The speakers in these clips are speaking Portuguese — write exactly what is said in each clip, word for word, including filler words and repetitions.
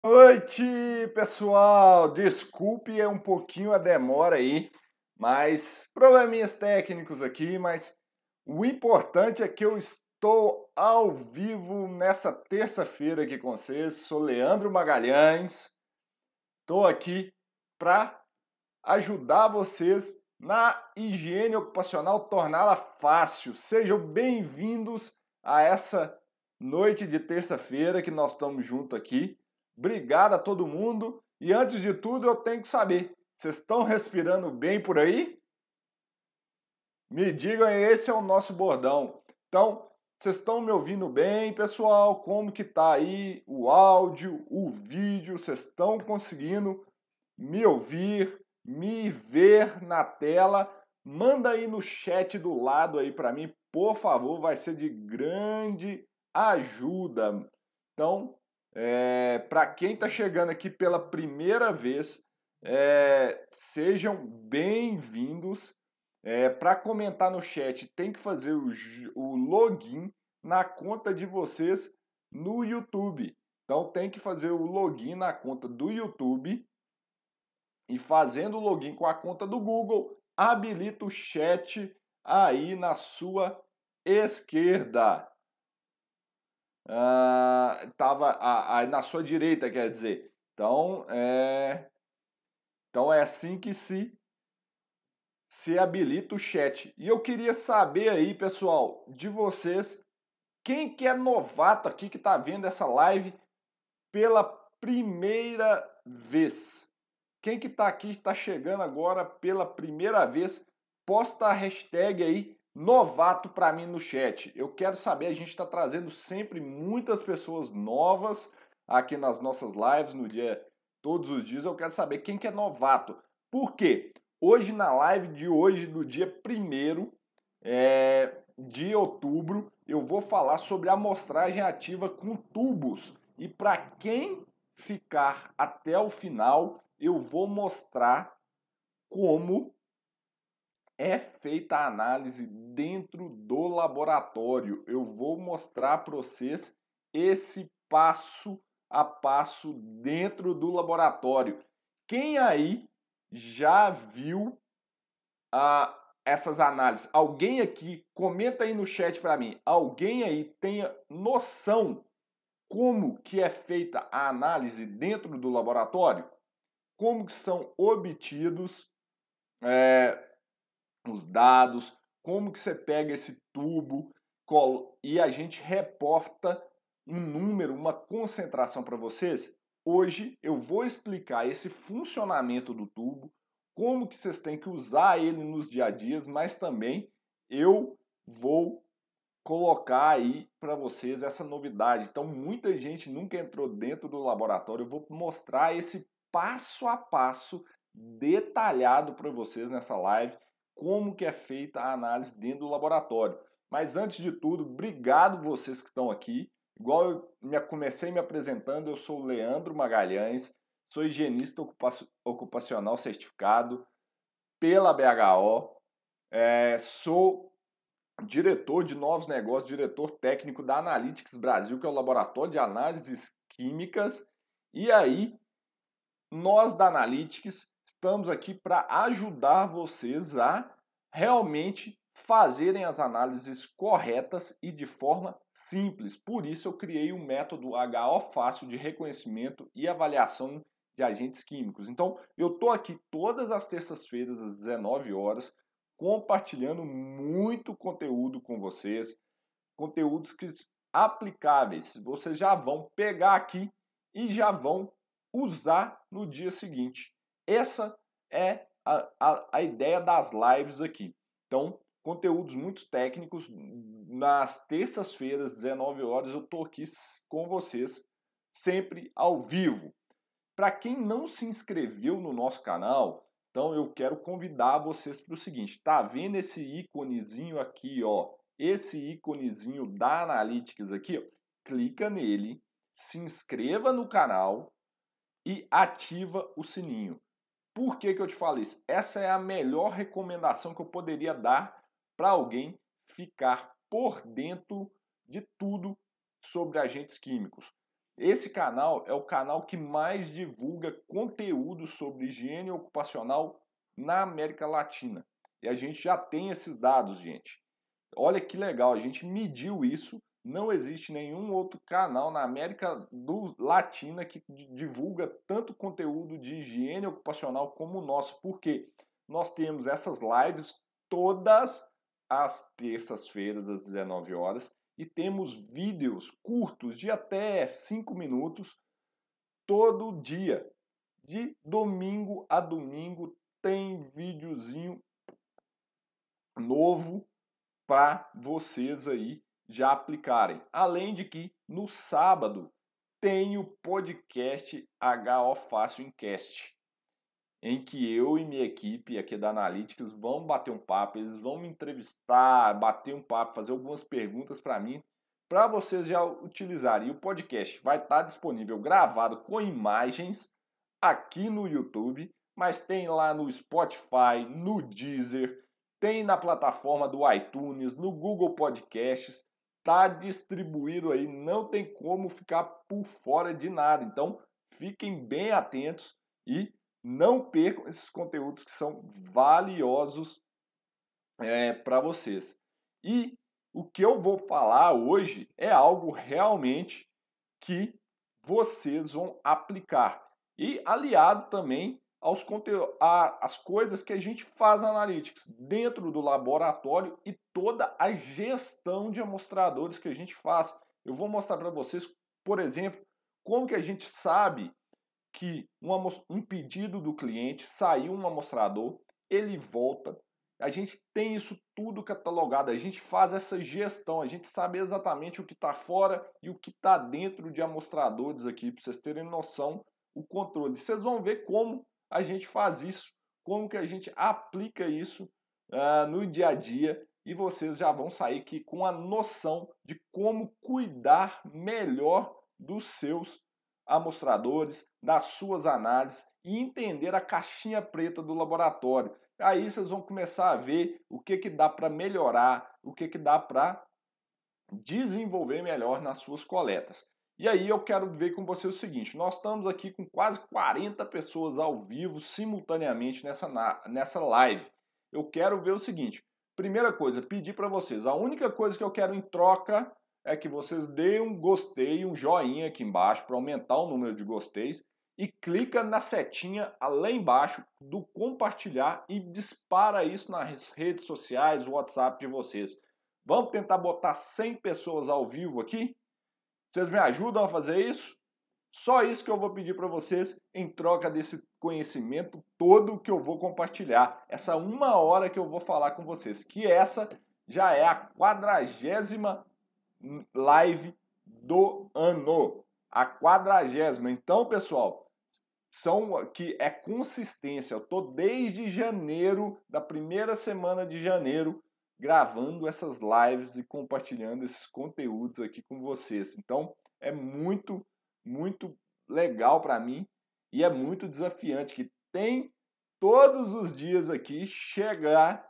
Noite, pessoal! Desculpe é um pouquinho a demora aí, mas probleminhas técnicos aqui, mas o importante é que eu estou ao vivo nessa terça-feira aqui com vocês. Sou Leandro Magalhães, estou aqui para ajudar vocês na higiene ocupacional, torná-la fácil. Sejam bem-vindos a essa noite de terça-feira que nós estamos juntos aqui. Obrigado a todo mundo. E antes de tudo, eu tenho que saber, vocês estão respirando bem por aí? Me digam, esse é o nosso bordão. Então, vocês estão me ouvindo bem, pessoal? Como que tá aí o áudio, o vídeo? Vocês estão conseguindo me ouvir, me ver na tela? Manda aí no chat do lado aí para mim, por favor, vai ser de grande ajuda. Então, é, para quem está chegando aqui pela primeira vez, é, sejam bem-vindos. É, para comentar no chat, tem que fazer o, o login na conta de vocês no YouTube. Então, tem que fazer o login na conta do YouTube e fazendo o login com a conta do Google, habilita o chat aí na sua esquerda. Ah, tava aí na sua direita, quer dizer. Então é, então é assim que se se habilita o chat. E eu queria saber aí, pessoal, de vocês, quem que é novato aqui que está vendo essa live pela primeira vez? Quem que está aqui, está chegando agora pela primeira vez, posta a hashtag aí, novato para mim no chat. Eu quero saber, a gente está trazendo sempre muitas pessoas novas aqui nas nossas lives, no dia, todos os dias. Eu quero saber quem que é novato. Por quê? Hoje, na live de hoje, do dia primeiro é, de outubro, eu vou falar sobre amostragem ativa com tubos. E para quem ficar até o final, eu vou mostrar como é feita a análise dentro do laboratório. Eu vou mostrar para vocês esse passo a passo dentro do laboratório. Quem aí já viu ah, essas análises? Alguém aqui, comenta aí no chat para mim. Alguém aí tenha noção como que é feita a análise dentro do laboratório? Como que são obtidos é, os dados, como que você pega esse tubo e a gente reporta um número, uma concentração para vocês? Hoje eu vou explicar esse funcionamento do tubo, como que vocês têm que usar ele nos dia a dias, mas também eu vou colocar aí para vocês essa novidade. Então, muita gente nunca entrou dentro do laboratório. Eu vou mostrar esse passo a passo detalhado para vocês nessa live, como que é feita a análise dentro do laboratório. Mas antes de tudo, obrigado vocês que estão aqui. Igual eu me, comecei me apresentando, eu sou o Leandro Magalhães, sou higienista ocupacional certificado pela B H O, é, sou diretor de novos negócios, diretor técnico da Analytics Brasil, que é o laboratório de análises químicas. E aí, nós da Analytics estamos aqui para ajudar vocês a realmente fazerem as análises corretas e de forma simples. Por isso eu criei o método H O Fácil de reconhecimento e avaliação de agentes químicos. Então, eu estou aqui todas as terças-feiras às dezenove horas compartilhando muito conteúdo com vocês, conteúdos que aplicáveis. Vocês já vão pegar aqui e já vão usar no dia seguinte. Essa é a, a, a ideia das lives aqui. Então, conteúdos muito técnicos. Nas terças-feiras, dezenove horas, eu estou aqui com vocês, sempre ao vivo. Para quem não se inscreveu no nosso canal, então eu quero convidar vocês para o seguinte, tá vendo esse íconezinho aqui, ó? Esse íconezinho da Analytics aqui, ó, clica nele, se inscreva no canal e ativa o sininho. Por que que eu te falo isso? Essa é a melhor recomendação que eu poderia dar para alguém ficar por dentro de tudo sobre agentes químicos. Esse canal é o canal que mais divulga conteúdo sobre higiene ocupacional na América Latina. E a gente já tem esses dados, gente. Olha que legal, a gente mediu isso. Não existe nenhum outro canal na América do Latina que divulga tanto conteúdo de higiene ocupacional como o nosso. Por quê? Nós temos essas lives todas as terças-feiras às dezenove horas e temos vídeos curtos de até cinco minutos todo dia. De domingo a domingo tem videozinho novo para vocês aí já aplicarem. Além de que no sábado tem o podcast H O Fácil Encast, em que eu e minha equipe aqui da Analytics vão bater um papo, eles vão me entrevistar, bater um papo, fazer algumas perguntas para mim, para vocês já utilizarem. E o podcast vai estar disponível gravado com imagens aqui no YouTube, mas tem lá no Spotify, no Deezer, tem na plataforma do iTunes, no Google Podcasts, tá distribuído aí, não tem como ficar por fora de nada. Então, fiquem bem atentos e não percam esses conteúdos que são valiosos é, para vocês. E o que eu vou falar hoje é algo realmente que vocês vão aplicar. E aliado também aos conteúdos, às coisas que a gente faz na Analytics dentro do laboratório e toda a gestão de amostradores que a gente faz. Eu vou mostrar para vocês, por exemplo, como que a gente sabe que um, um pedido do cliente saiu um amostrador, ele volta, a gente tem isso tudo catalogado, a gente faz essa gestão, a gente sabe exatamente o que está fora e o que está dentro de amostradores aqui, para vocês terem noção, o controle. Vocês vão ver como a gente faz isso, como que a gente aplica isso uh, no dia a dia e vocês já vão sair aqui com a noção de como cuidar melhor dos seus amostradores, das suas análises e entender a caixinha preta do laboratório. Aí vocês vão começar a ver o que, que dá para melhorar, o que, que dá para desenvolver melhor nas suas coletas. E aí eu quero ver com você o seguinte, nós estamos aqui com quase quarenta pessoas ao vivo simultaneamente nessa, nessa live. Eu quero ver o seguinte, primeira coisa, pedir para vocês, a única coisa que eu quero em troca é que vocês deem um gostei, um joinha aqui embaixo para aumentar o número de gosteis e clica na setinha lá embaixo do compartilhar e dispara isso nas redes sociais, o WhatsApp de vocês. Vamos tentar botar cem pessoas ao vivo aqui? Vocês me ajudam a fazer isso? Só isso que eu vou pedir para vocês em troca desse conhecimento todo que eu vou compartilhar. Essa uma hora que eu vou falar com vocês, que essa já é a quadragésima live do ano. A quadragésima. Então, pessoal, são que é consistência. Eu tô desde janeiro, da primeira semana de janeiro, gravando essas lives e compartilhando esses conteúdos aqui com vocês. Então, é muito, muito legal para mim e é muito desafiante que tem todos os dias aqui chegar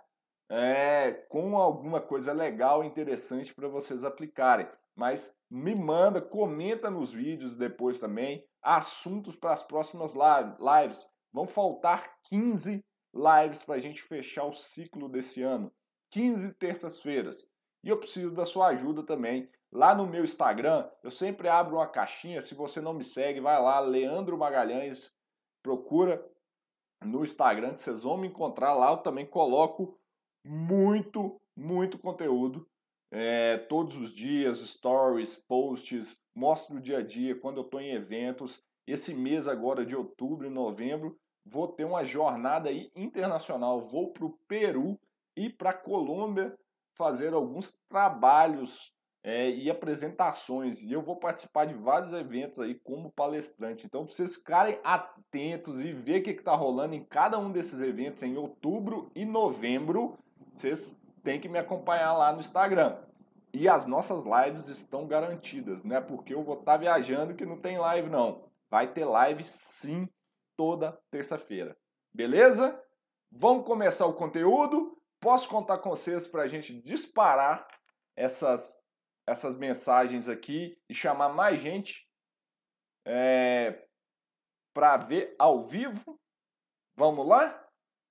é, com alguma coisa legal, interessante para vocês aplicarem. Mas me manda, comenta nos vídeos depois também, assuntos para as próximas lives. Vão faltar quinze lives para a gente fechar o ciclo desse ano. quinze terças-feiras. E eu preciso da sua ajuda também. Lá no meu Instagram, eu sempre abro uma caixinha. Se você não me segue, vai lá, Leandro Magalhães. Procura no Instagram que vocês vão me encontrar lá. Eu também coloco muito, muito conteúdo. É, todos os dias, stories, posts, mostro o dia a dia quando eu estou em eventos. Esse mês agora de outubro e novembro, vou ter uma jornada aí internacional. Vou para o Peru e para a Colômbia fazer alguns trabalhos é, e apresentações. E eu vou participar de vários eventos aí como palestrante. Então, para vocês ficarem atentos e ver o que está rolando em cada um desses eventos em outubro e novembro, vocês têm que me acompanhar lá no Instagram. E as nossas lives estão garantidas, né? Porque eu vou estar viajando que não tem live não. Vai ter live sim toda terça-feira. Beleza? Vamos começar o conteúdo? Posso contar com vocês para a gente disparar essas, essas mensagens aqui e chamar mais gente é, para ver ao vivo? Vamos lá?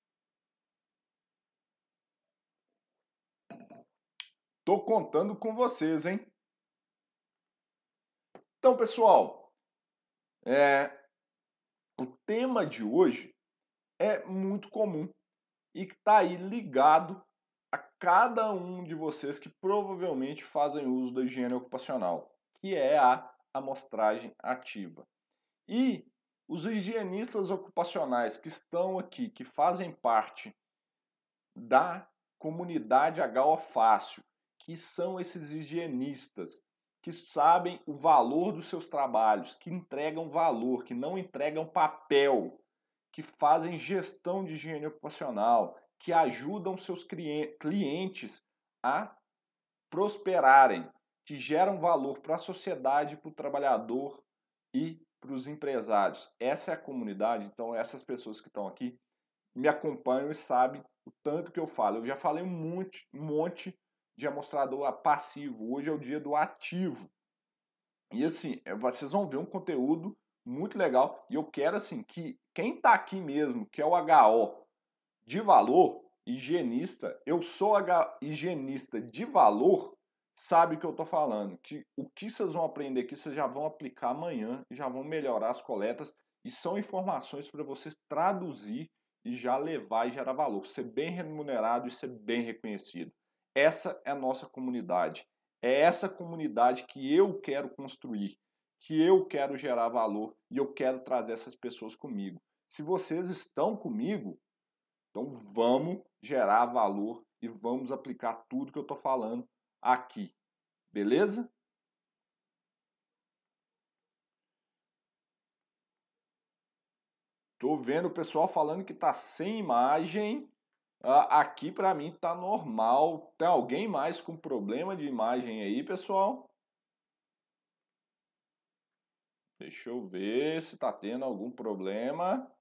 Tô contando com vocês, hein? Então, pessoal, é, o tema de hoje é muito comum e que está aí ligado a cada um de vocês que provavelmente fazem uso da higiene ocupacional, que é a amostragem ativa. E os higienistas ocupacionais que estão aqui, que fazem parte da comunidade H O Fácil, que são esses higienistas que sabem o valor dos seus trabalhos, que entregam valor, que não entregam papel, que fazem gestão de higiene ocupacional, que ajudam seus clientes a prosperarem, que geram valor para a sociedade, para o trabalhador e para os empresários. Essa é a comunidade, então essas pessoas que estão aqui me acompanham e sabem o tanto que eu falo. Eu já falei um monte, um monte de amostrador passivo. Hoje é o dia do ativo. E assim, vocês vão ver um conteúdo muito legal. E eu quero assim que quem está aqui mesmo, que é o H O de valor, higienista, eu sou H, higienista de valor, sabe o que eu estou falando. Que o que vocês vão aprender aqui, vocês já vão aplicar amanhã e já vão melhorar as coletas. E são informações para você traduzir e já levar e gerar valor, ser bem remunerado e ser bem reconhecido. Essa é a nossa comunidade. É essa comunidade que eu quero construir, que eu quero gerar valor e eu quero trazer essas pessoas comigo. Se vocês estão comigo, então vamos gerar valor e vamos aplicar tudo que eu estou falando aqui. Beleza? Tô vendo o pessoal falando que tá sem imagem. Aqui para mim tá normal. Tem alguém mais com problema de imagem aí, pessoal? Deixa eu ver se tá tendo algum problema.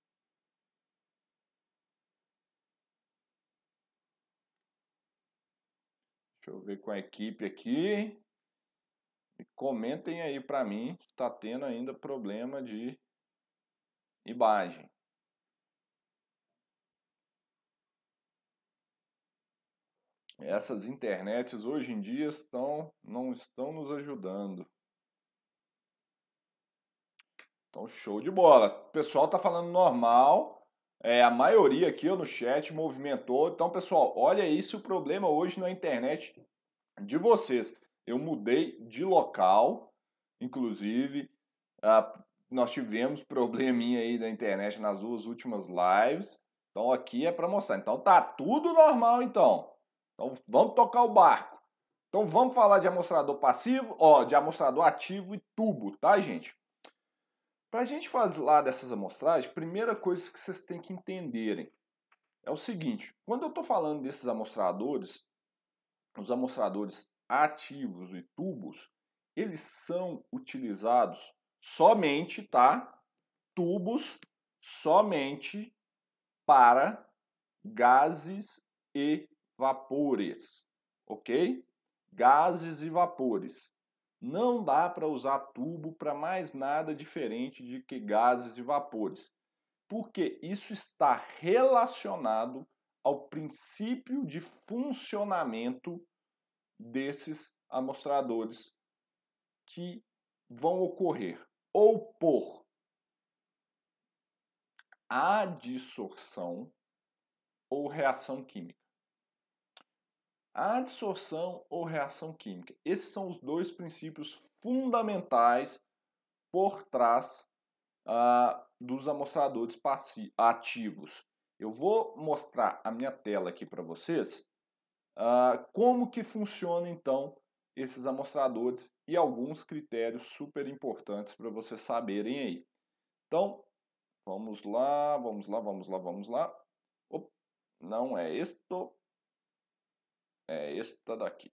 Deixa eu ver com a equipe aqui. E comentem aí para mim se tá tendo ainda problema de imagem. Essas internets hoje em dia estão, não estão nos ajudando. Então, show de bola. O pessoal tá falando normal. É, a maioria aqui ó, no chat movimentou. Então, pessoal, olha aí se o problema hoje na internet de vocês. Eu mudei de local, inclusive. Ah, nós tivemos probleminha aí da internet nas duas últimas lives. Então, aqui é para mostrar. Então, tá tudo normal, então. Então, vamos tocar o barco. Então, vamos falar de amostrador passivo, ó, de amostrador ativo e tubo, tá, gente? Para a gente falar dessas amostragens, primeira coisa que vocês têm que entenderem é o seguinte: quando eu estou falando desses amostradores, os amostradores ativos e tubos, eles são utilizados somente, tá? Tubos somente para gases e vapores, ok? Gases e vapores. Não dá para usar tubo para mais nada diferente de que gases e vapores, porque isso está relacionado ao princípio de funcionamento desses amostradores que vão ocorrer ou por adsorção ou reação química. Adsorção ou reação química. Esses são os dois princípios fundamentais por trás uh, dos amostradores ativos. Eu vou mostrar a minha tela aqui para vocês uh, como que funciona então esses amostradores e alguns critérios super importantes para vocês saberem aí. Então, vamos lá, vamos lá, vamos lá, vamos lá. Opa, não é isto. É esta daqui.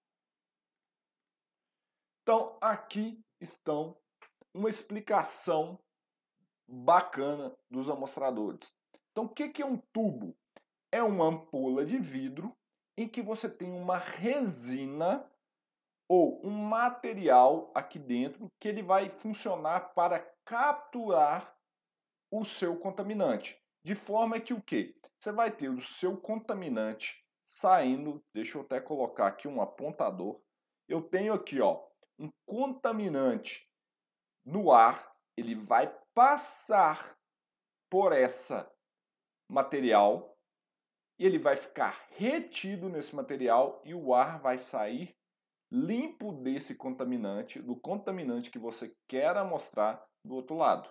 Então, aqui estão uma explicação bacana dos amostradores. Então, o que é um tubo? É uma ampola de vidro em que você tem uma resina ou um material aqui dentro que ele vai funcionar para capturar o seu contaminante. De forma que o quê? Você vai ter o seu contaminante saindo, deixa eu até colocar aqui um apontador. Eu tenho aqui, ó, um contaminante no ar, ele vai passar por essa material e ele vai ficar retido nesse material e o ar vai sair limpo desse contaminante, do contaminante que você quer amostrar do outro lado.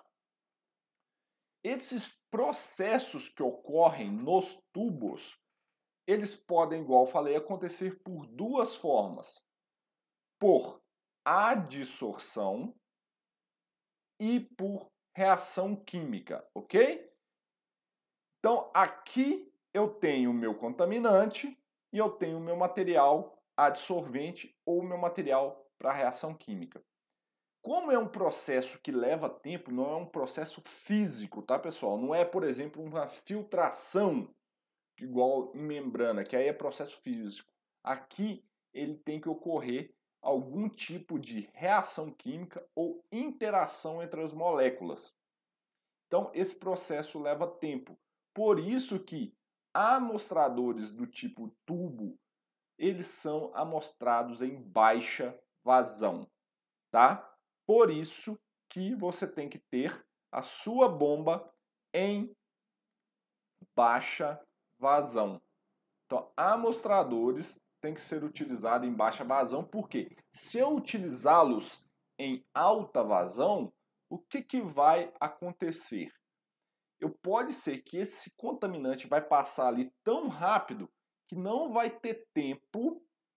Esses processos que ocorrem nos tubos, eles podem, igual eu falei, acontecer por duas formas. Por adsorção e por reação química, ok? Então, aqui eu tenho o meu contaminante e eu tenho o meu material adsorvente ou o meu material para reação química. Como é um processo que leva tempo, não é um processo físico, tá, pessoal? Não é, por exemplo, uma filtração igual em membrana, que aí é processo físico. Aqui ele tem que ocorrer algum tipo de reação química ou interação entre as moléculas. Então, esse processo leva tempo. Por isso que amostradores do tipo tubo, eles são amostrados em baixa vazão, tá? Por isso que você tem que ter a sua bomba em baixa vazão. Então, amostradores têm que ser utilizados em baixa vazão, porque se eu utilizá-los em alta vazão, o que, que vai acontecer? Eu pode ser que esse contaminante vai passar ali tão rápido que não vai ter tempo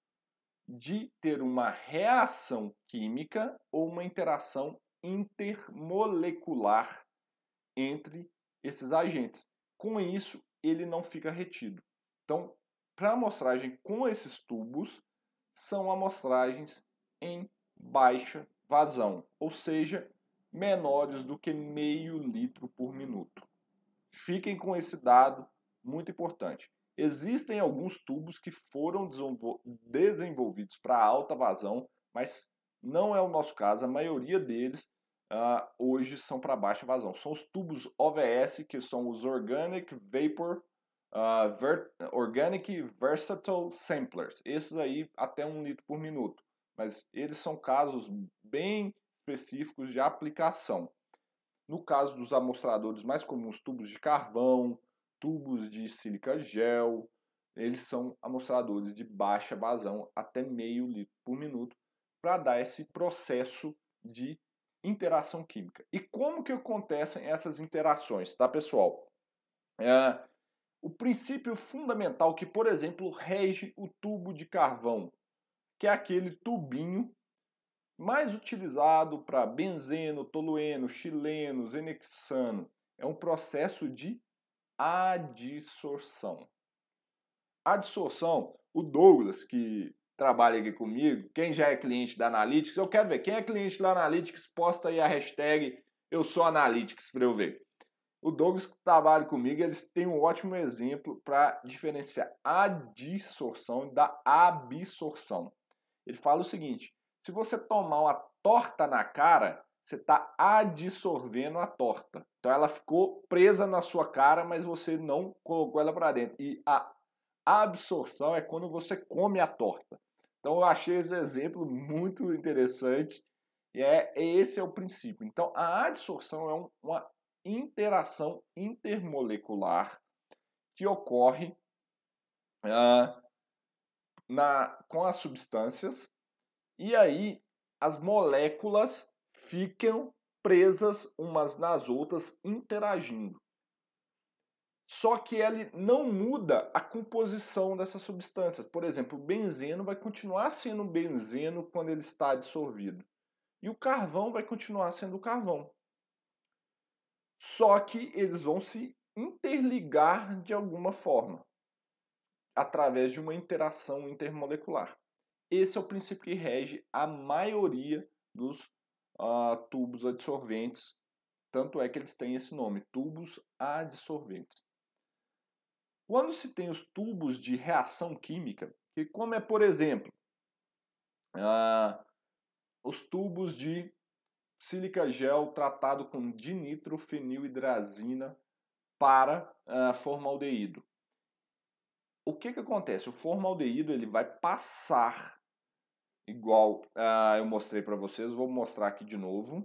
de ter uma reação química ou uma interação intermolecular entre esses agentes. Com isso, ele não fica retido. Então, para amostragem com esses tubos, são amostragens em baixa vazão, ou seja, menores do que meio litro por minuto. Fiquem com esse dado muito importante. Existem alguns tubos que foram desenvolvidos para alta vazão, mas não é o nosso caso. A maioria deles uh, hoje são para baixa vazão. São os tubos O V S, que são os Organic Vapor uh, Ver Organic Versatile Samplers. Esses aí até um litro por minuto. Mas eles são casos bem específicos de aplicação. No caso dos amostradores mais comuns, tubos de carvão, tubos de sílica gel, eles são amostradores de baixa vazão, até meio litro por minuto, para dar esse processo de interação química. E como que acontecem essas interações, tá, pessoal? É, o princípio fundamental que, por exemplo, rege o tubo de carvão, que é aquele tubinho mais utilizado para benzeno, tolueno, xileno, zenexano, é um processo de adsorção. Adsorção, o Douglas, que trabalha aqui comigo, quem já é cliente da Analytics, eu quero ver, quem é cliente da Analytics, posta aí a hashtag eu sou Analytics para eu ver. O Douglas que trabalha comigo, eles têm um ótimo exemplo para diferenciar a adsorção da absorção. Ele fala o seguinte: se você tomar uma torta na cara, você está adsorvendo a torta. Então ela ficou presa na sua cara, mas você não colocou ela para dentro. E a absorção é quando você come a torta. Então eu achei esse exemplo muito interessante. E é, esse é o princípio. Então a adsorção é um, uma interação intermolecular que ocorre uh, na, com as substâncias. E aí as moléculas ficam presas umas nas outras, interagindo. Só que ele não muda a composição dessas substâncias. Por exemplo, o benzeno vai continuar sendo benzeno quando ele está dissolvido. E o carvão vai continuar sendo carvão. Só que eles vão se interligar de alguma forma, através de uma interação intermolecular. Esse é o princípio que rege a maioria dos uh, tubos adsorventes. Tanto é que eles têm esse nome, tubos adsorventes. Quando se tem os tubos de reação química, que como é, por exemplo, ah, os tubos de sílica gel tratado com dinitrofenilhidrazina para ah, formaldeído. O que que acontece? O formaldeído ele vai passar, igual ah, eu mostrei para vocês, vou mostrar aqui de novo.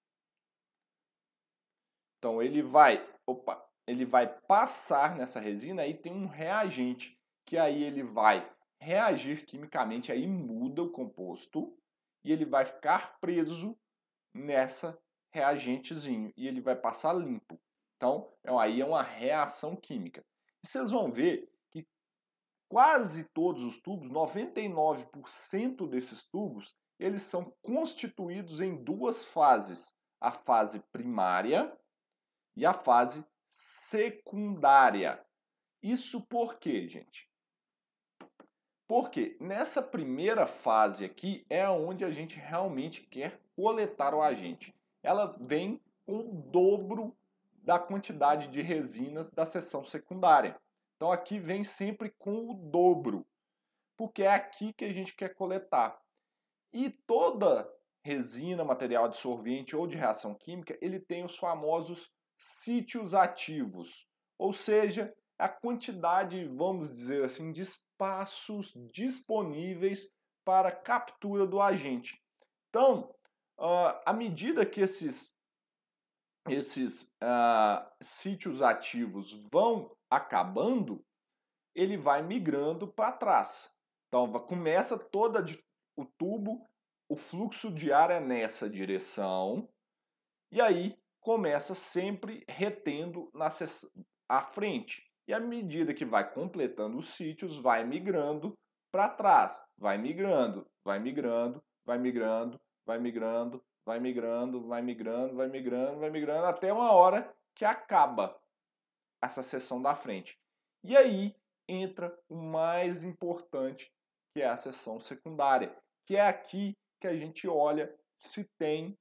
Então ele vai, opa, ele vai passar nessa resina e tem um reagente, que aí ele vai reagir quimicamente, aí muda o composto e ele vai ficar preso nessa reagentezinho e ele vai passar limpo. Então, aí é uma reação química. E vocês vão ver que quase todos os tubos, noventa e nove por cento desses tubos, eles são constituídos em duas fases. A fase primária e a fase secundária. Isso por quê, gente? Porque nessa primeira fase aqui é onde a gente realmente quer coletar o agente. Ela vem com o dobro da quantidade de resinas da seção secundária. Então aqui vem sempre com o dobro, porque é aqui que a gente quer coletar. E toda resina, material adsorvente ou de reação química, ele tem os famosos sítios ativos, ou seja, a quantidade, vamos dizer assim, de espaços disponíveis para captura do agente. Então, à medida que esses, esses uh, sítios ativos vão acabando, ele vai migrando para trás. Então, começa toda o tubo, o fluxo de ar é nessa direção, e aí começa sempre retendo na à frente. E à medida que vai completando os sítios, vai migrando para trás, vai migrando, vai migrando, vai migrando, vai migrando, vai migrando, vai migrando, vai migrando, vai migrando, até uma hora que acaba essa seção da frente. E aí entra o mais importante, que é a seção secundária, que é aqui que a gente olha se tem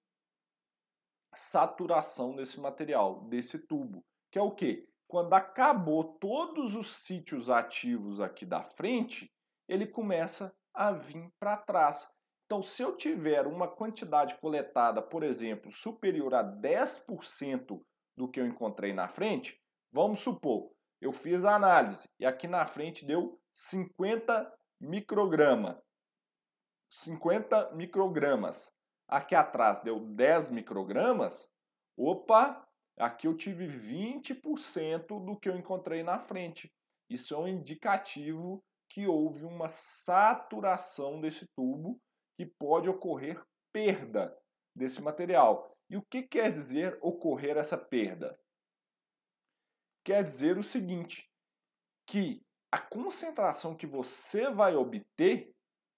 saturação desse material, desse tubo, que é o quê? Quando acabou todos os sítios ativos aqui da frente, ele começa a vir para trás. Então, se eu tiver uma quantidade coletada, por exemplo, superior a dez por cento do que eu encontrei na frente, vamos supor, eu fiz a análise e aqui na frente deu cinquenta microgramas. cinquenta microgramas. Aqui atrás deu dez microgramas. Opa, aqui eu tive vinte por cento do que eu encontrei na frente. Isso é um indicativo que houve uma saturação desse tubo, que pode ocorrer perda desse material. E o que quer dizer ocorrer essa perda? Quer dizer o seguinte, que a concentração que você vai obter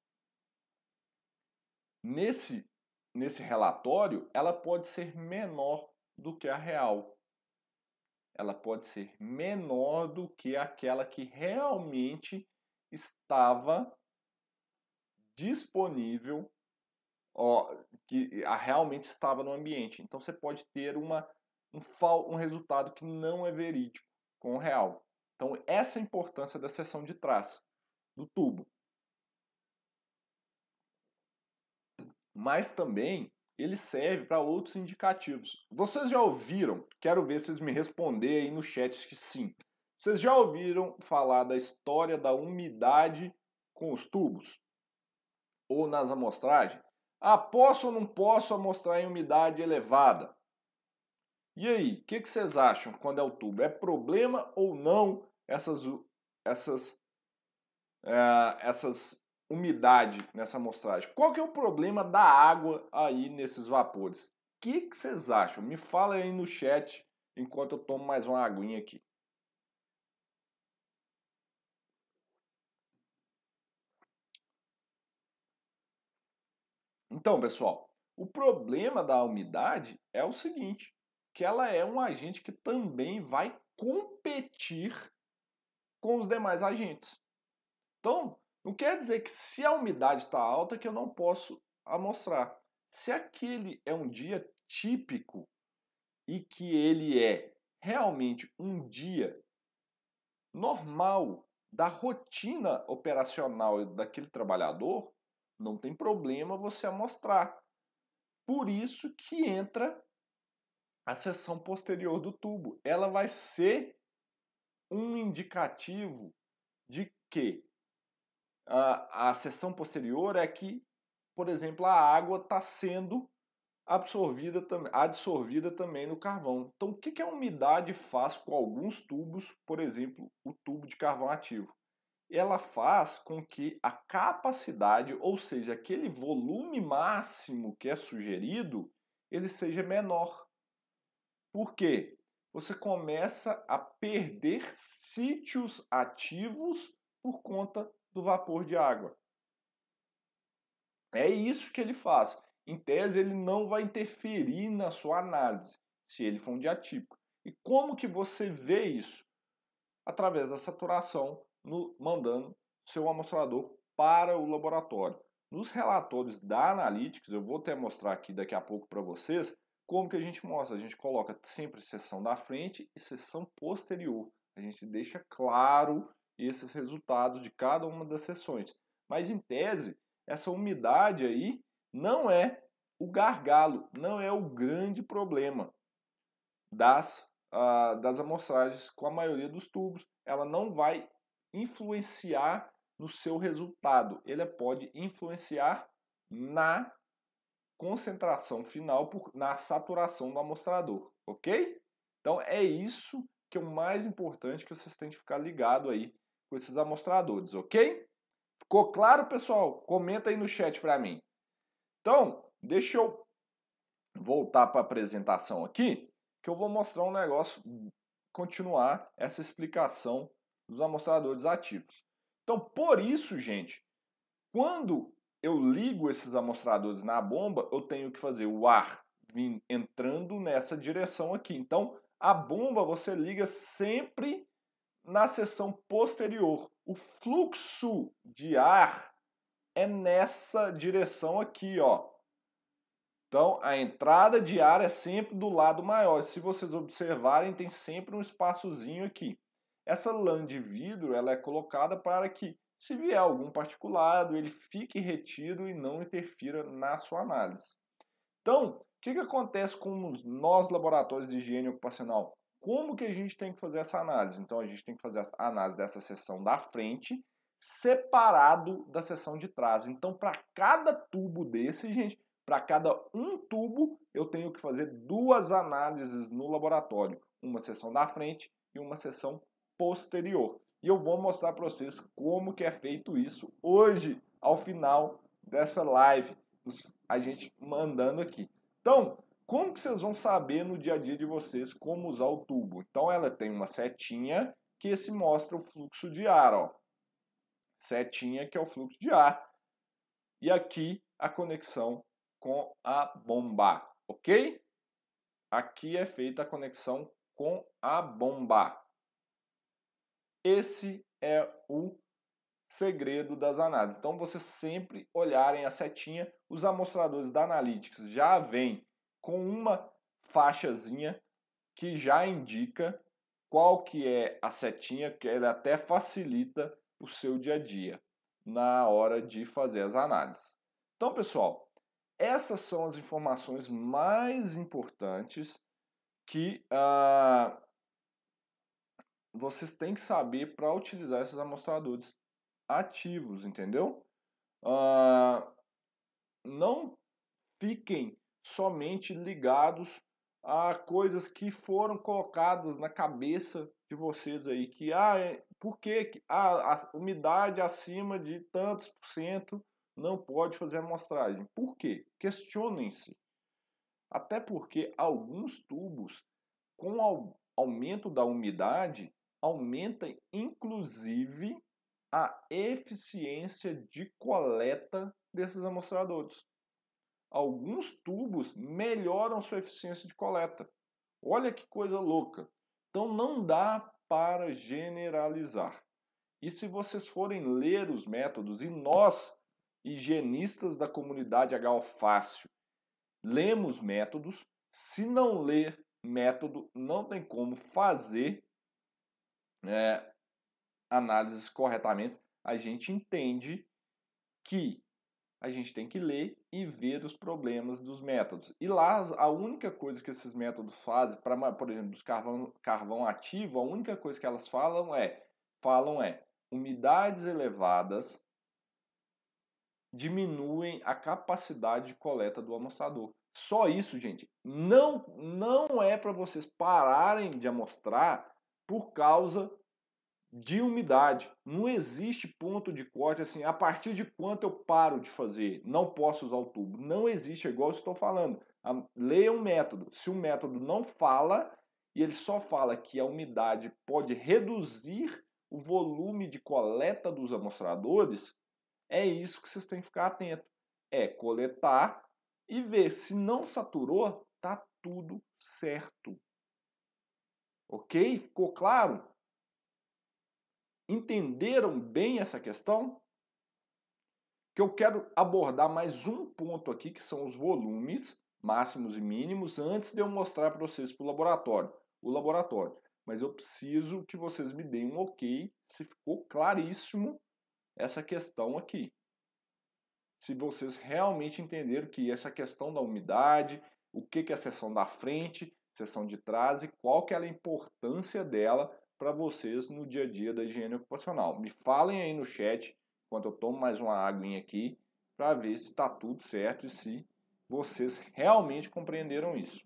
nesse, nesse relatório, ela pode ser menor do que a real. Ela pode ser menor do que aquela que realmente estava disponível, ó, que a realmente estava no ambiente. Então você pode ter uma, um, um resultado que não é verídico com o real. Então essa é a importância da seção de trás do tubo. Mas também ele serve para outros indicativos. Vocês já ouviram? Quero ver vocês me responderem aí no chat que sim. Vocês já ouviram falar da história da umidade com os tubos? Ou nas amostragens? Ah, posso ou não posso amostrar em umidade elevada? E aí, o que, que vocês acham quando é o tubo? É problema ou não essas, essas, é, essas umidade nessa amostragem? Qual que é o problema da água aí nesses vapores? O que, que vocês acham? Me fala aí no chat enquanto eu tomo mais uma aguinha aqui. Então, pessoal, o problema da umidade é o seguinte, que ela é um agente que também vai competir com os demais agentes. Então, não quer dizer que se a umidade está alta que eu não posso amostrar. Se aquele é um dia típico e que ele é realmente um dia normal da rotina operacional daquele trabalhador, Não tem problema você amostrar. Por isso que entra a seção posterior do tubo. Ela vai ser um indicativo de que a, a seção posterior é que, por exemplo, a água está sendo absorvida, adsorvida também no carvão. Então, o que, que a umidade faz com alguns tubos, por exemplo, o tubo de carvão ativo? Ela faz com que a capacidade, ou seja, aquele volume máximo que é sugerido, ele seja menor. Por quê? Você começa a perder sítios ativos por conta do vapor de água. É isso que ele faz. Em tese, ele não vai interferir na sua análise, se ele for um diatípico. E como que você vê isso? Através da saturação, no, mandando seu amostrador para o laboratório. Nos relatórios da Analytics, eu vou até mostrar aqui daqui a pouco para vocês, como que a gente mostra. A gente coloca sempre seção da frente e seção posterior. A gente deixa claro esses resultados de cada uma das seções. Mas, em tese, essa umidade aí não é o gargalo, não é o grande problema das, uh, das amostragens com a maioria dos tubos. Ela não vai influenciar no seu resultado. Ele pode influenciar na concentração final, por, na saturação do amostrador, ok? Então é isso que é o mais importante que vocês têm que ficar ligado aí com esses amostradores, ok? Ficou claro, pessoal? Comenta aí no chat para mim. Então, deixa eu voltar para a apresentação aqui, que eu vou mostrar um negócio, continuar essa explicação dos amostradores ativos. Então, por isso, gente, quando eu ligo esses amostradores na bomba, eu tenho que fazer o ar vir entrando nessa direção aqui. Então, a bomba você liga sempre na seção posterior. O fluxo de ar é nessa direção aqui, ó. Então, a entrada de ar é sempre do lado maior. Se vocês observarem, tem sempre um espaçozinho aqui. Essa lã de vidro, ela é colocada para que, se vier algum particulado, ele fique retido e não interfira na sua análise. Então, o que, que acontece com os nós laboratórios de higiene ocupacional? Como que a gente tem que fazer essa análise? Então, a gente tem que fazer a análise dessa seção da frente, separado da seção de trás. Então, para cada tubo desse, gente, para cada um tubo, eu tenho que fazer duas análises no laboratório. Uma seção da frente e uma seção posterior. E eu vou mostrar para vocês como que é feito isso hoje, ao final dessa live, a gente mandando aqui. Então, como que vocês vão saber no dia a dia de vocês como usar o tubo? Então, ela tem uma setinha que se mostra o fluxo de ar, ó. Setinha que é o fluxo de ar. E aqui a conexão com a bomba, ok? Aqui é feita a conexão com a bomba. Esse é o segredo das análises. Então, vocês sempre olharem a setinha. Os amostradores da Analytics já vêm com uma faixazinha que já indica qual que é a setinha, que ela até facilita o seu dia a dia na hora de fazer as análises. Então, pessoal, essas são as informações mais importantes que ah, vocês têm que saber para utilizar esses amostradores ativos, entendeu? Ah, não fiquem somente ligados a coisas que foram colocadas na cabeça de vocês aí, que ah, é, por que ah, a umidade acima de tantos por cento não pode fazer amostragem? Por quê? Questionem-se. Até porque alguns tubos, com o aumento da umidade, aumenta inclusive a eficiência de coleta desses amostradores. Alguns tubos melhoram sua eficiência de coleta. Olha que coisa louca. Então não dá para generalizar. E se vocês forem ler os métodos, e nós, higienistas da comunidade H O Fácil, lemos métodos, se não ler método, não tem como fazer é, análises corretamente. A gente entende que a gente tem que ler e ver os problemas dos métodos. E lá a única coisa que esses métodos fazem, para, por exemplo, dos carvão, carvão ativo, a única coisa que elas falam é, falam é umidades elevadas diminuem a capacidade de coleta do amostrador. Só isso, gente. Não, não é para vocês pararem de amostrar por causa de umidade. Não existe ponto de corte assim, a partir de quanto eu paro de fazer, não posso usar o tubo. Não existe, é igual eu estou falando. Leia um método. Se o método não fala, e ele só fala que a umidade pode reduzir o volume de coleta dos amostradores, é isso que vocês têm que ficar atento. É coletar e ver. Se não saturou, tá tudo certo. Ok? Ficou claro? Entenderam bem essa questão? Que eu quero abordar mais um ponto aqui, que são os volumes máximos e mínimos, antes de eu mostrar para vocês para o laboratório, o laboratório. Mas eu preciso que vocês me deem um ok, se ficou claríssimo essa questão aqui. Se vocês realmente entenderam que essa questão da umidade, o que é a seção da frente, seção de trás e qual que é a importância dela para vocês no dia a dia da higiene ocupacional. Me falem aí no chat, enquanto eu tomo mais uma aguinha aqui, para ver se está tudo certo e se vocês realmente compreenderam isso.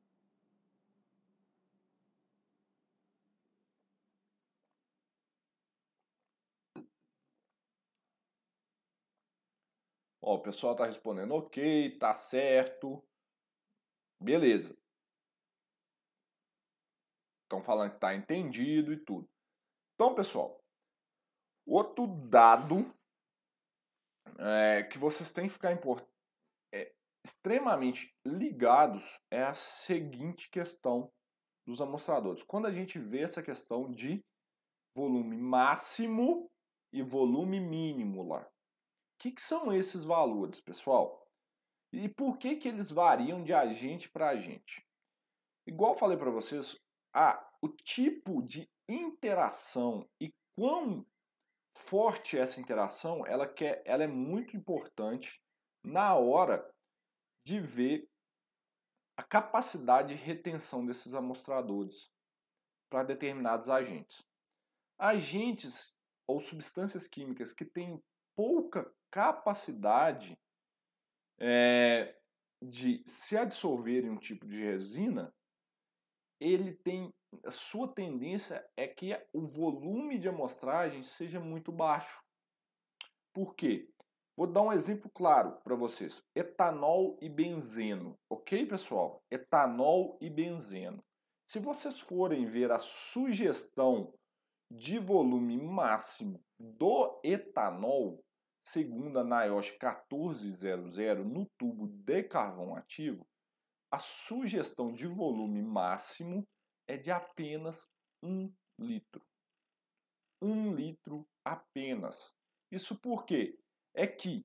Ó, o pessoal está respondendo ok, tá certo, beleza. Estão falando que está entendido e tudo. Então, pessoal, outro dado é, que vocês têm que ficar é, extremamente ligados é a seguinte questão dos amostradores. Quando a gente vê essa questão de volume máximo e volume mínimo lá. O que, que são esses valores, pessoal? E por que, que eles variam de agente para agente? Igual eu falei para vocês, ah, o tipo de interação e quão forte é essa interação, ela, quer, ela é muito importante na hora de ver a capacidade de retenção desses amostradores para determinados agentes. Agentes ou substâncias químicas que têm pouca capacidade é, de se absorver em um tipo de resina, ele tem a sua tendência é que o volume de amostragem seja muito baixo. Por quê? Vou dar um exemplo claro para vocês. Etanol e benzeno. Ok, pessoal? Etanol e benzeno. Se vocês forem ver a sugestão de volume máximo do etanol, segundo a NIOSH quatorze zero zero, no tubo de carvão ativo, a sugestão de volume máximo é de apenas um litro. Um litro apenas. Isso por quê? É que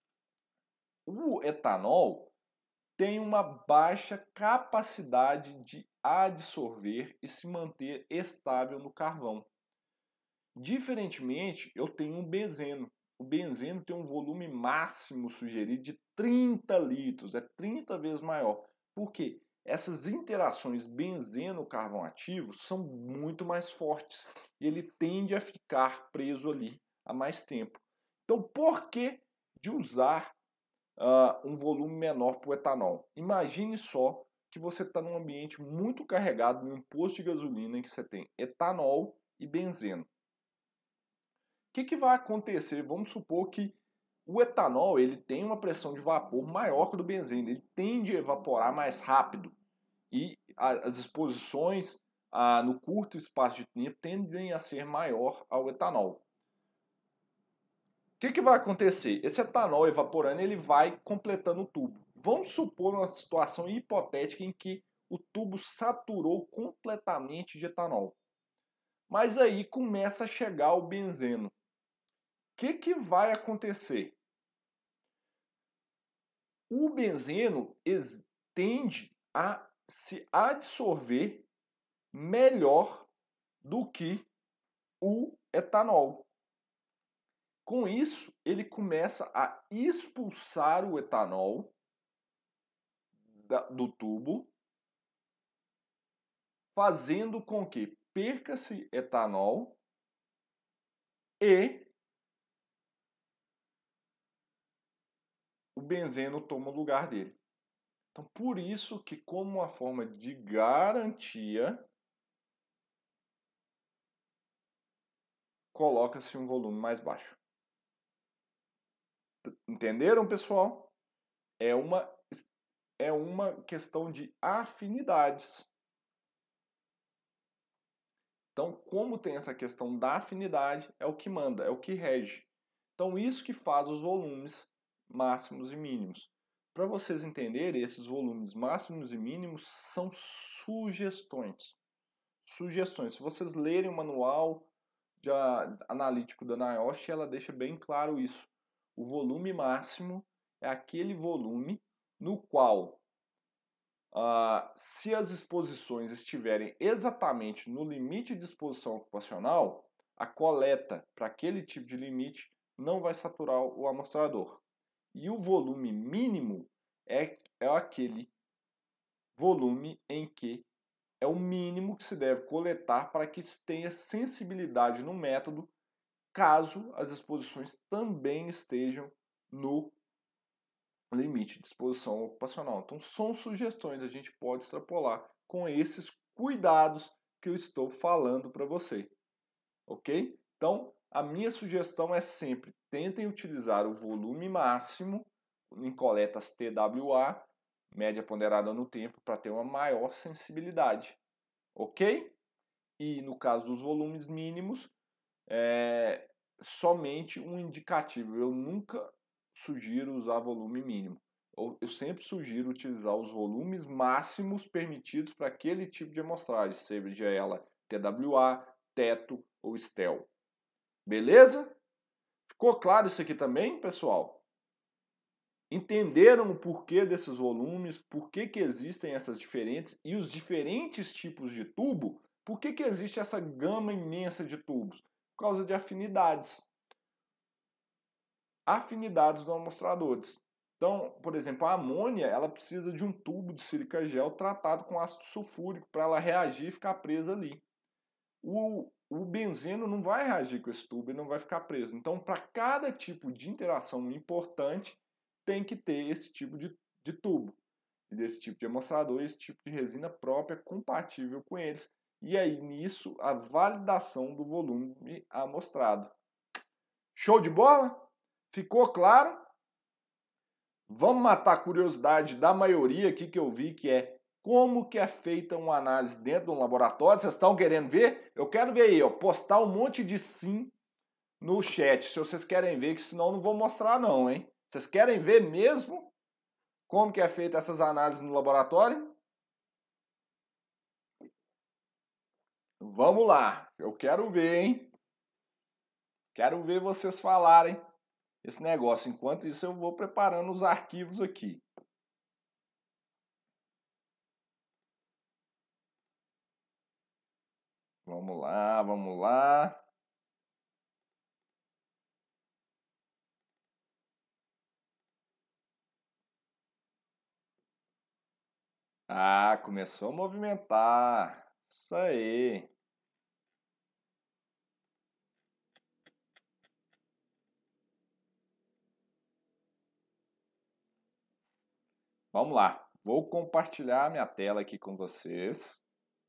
o etanol tem uma baixa capacidade de absorver e se manter estável no carvão. Diferentemente, eu tenho um benzeno. O benzeno tem um volume máximo sugerido de trinta litros, é trinta vezes maior. Por quê? Essas interações benzeno-carvão ativo são muito mais fortes e ele tende a ficar preso ali há mais tempo. Então, por que de usar uh, um volume menor para o etanol? Imagine só que você está num ambiente muito carregado, num posto de gasolina em que você tem etanol e benzeno. O que, que vai acontecer? Vamos supor que o etanol ele tem uma pressão de vapor maior que a do benzeno, ele tende a evaporar mais rápido e as exposições ah, no curto espaço de tempo tendem a ser maior ao etanol. O que, que vai acontecer? Esse etanol evaporando ele vai completando o tubo. Vamos supor uma situação hipotética em que o tubo saturou completamente de etanol. Mas aí começa a chegar o benzeno. O que, que vai acontecer? O benzeno tende a se absorver melhor do que o etanol. Com isso, ele começa a expulsar o etanol da, do tubo, fazendo com que perca-se etanol e o benzeno toma o lugar dele. Então, por isso que, como uma forma de garantia, coloca-se um volume mais baixo. Entenderam, pessoal? É uma, é uma questão de afinidades. Então, como tem essa questão da afinidade, é o que manda, é o que rege. Então, isso que faz os volumes máximos e mínimos. Para vocês entenderem, esses volumes máximos e mínimos são sugestões. Sugestões. Se vocês lerem o manual de analítico da NIOSH, ela deixa bem claro isso. O volume máximo é aquele volume no qual, ah, se as exposições estiverem exatamente no limite de exposição ocupacional, a coleta para aquele tipo de limite não vai saturar o amostrador. E o volume mínimo é, é aquele volume em que é o mínimo que se deve coletar para que se tenha sensibilidade no método, caso as exposições também estejam no limite de exposição ocupacional. Então, são sugestões, a gente pode extrapolar com esses cuidados que eu estou falando para você, ok? Então, a minha sugestão é sempre, tentem utilizar o volume máximo em coletas T W A, média ponderada no tempo, para ter uma maior sensibilidade, ok? E no caso dos volumes mínimos, é somente um indicativo. Eu nunca sugiro usar volume mínimo. Eu sempre sugiro utilizar os volumes máximos permitidos para aquele tipo de amostragem, seja ela T W A, teto ou STEL. Beleza? Ficou claro isso aqui também, pessoal? Entenderam o porquê desses volumes, por que que existem essas diferentes e os diferentes tipos de tubo? Por que que existe essa gama imensa de tubos? Por causa de afinidades. Afinidades dos amostradores. Então, por exemplo, a amônia, ela precisa de um tubo de sílica gel tratado com ácido sulfúrico para ela reagir e ficar presa ali. O, o benzeno não vai reagir com esse tubo e não vai ficar preso. Então, para cada tipo de interação importante, tem que ter esse tipo de, de tubo, desse tipo de amostrador, esse tipo de resina própria compatível com eles. E aí, nisso, a validação do volume amostrado. Show de bola? Ficou claro? Vamos matar a curiosidade da maioria aqui que eu vi, que é como que é feita uma análise dentro de um laboratório. Vocês estão querendo ver? Eu quero ver aí, ó, postar um monte de sim no chat, se vocês querem ver, que senão eu não vou mostrar não, hein? Vocês querem ver mesmo como que é feita essas análises no laboratório? Vamos lá, eu quero ver, hein? Quero ver vocês falarem esse negócio. Enquanto isso, eu vou preparando os arquivos aqui. Vamos lá, vamos lá. Ah, começou a movimentar. Isso aí. Vamos lá. Vou compartilhar minha tela aqui com vocês.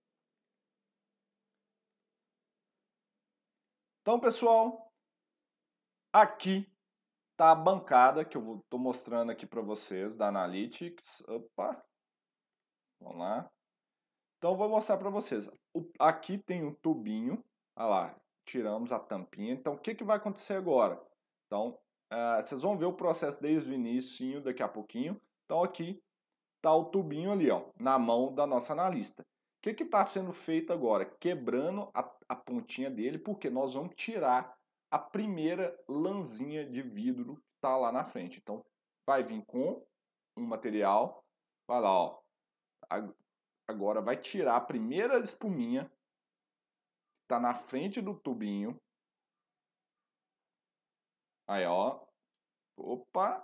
Então, pessoal, aqui está a bancada que eu estou mostrando aqui para vocês da Analytics. Opa, vamos lá. Então, vou mostrar para vocês. Aqui tem o tubinho. Olha lá, tiramos a tampinha. Então, o que, que vai acontecer agora? Então, uh, vocês vão ver o processo desde o início, daqui a pouquinho. Então, aqui está o tubinho ali, ó, na mão da nossa analista. O que está sendo feito agora? Quebrando a, a pontinha dele, porque nós vamos tirar a primeira lãzinha de vidro que está lá na frente. Então, vai vir com um material, vai lá, ó, agora vai tirar a primeira espuminha que está na frente do tubinho. Aí, ó. Opa.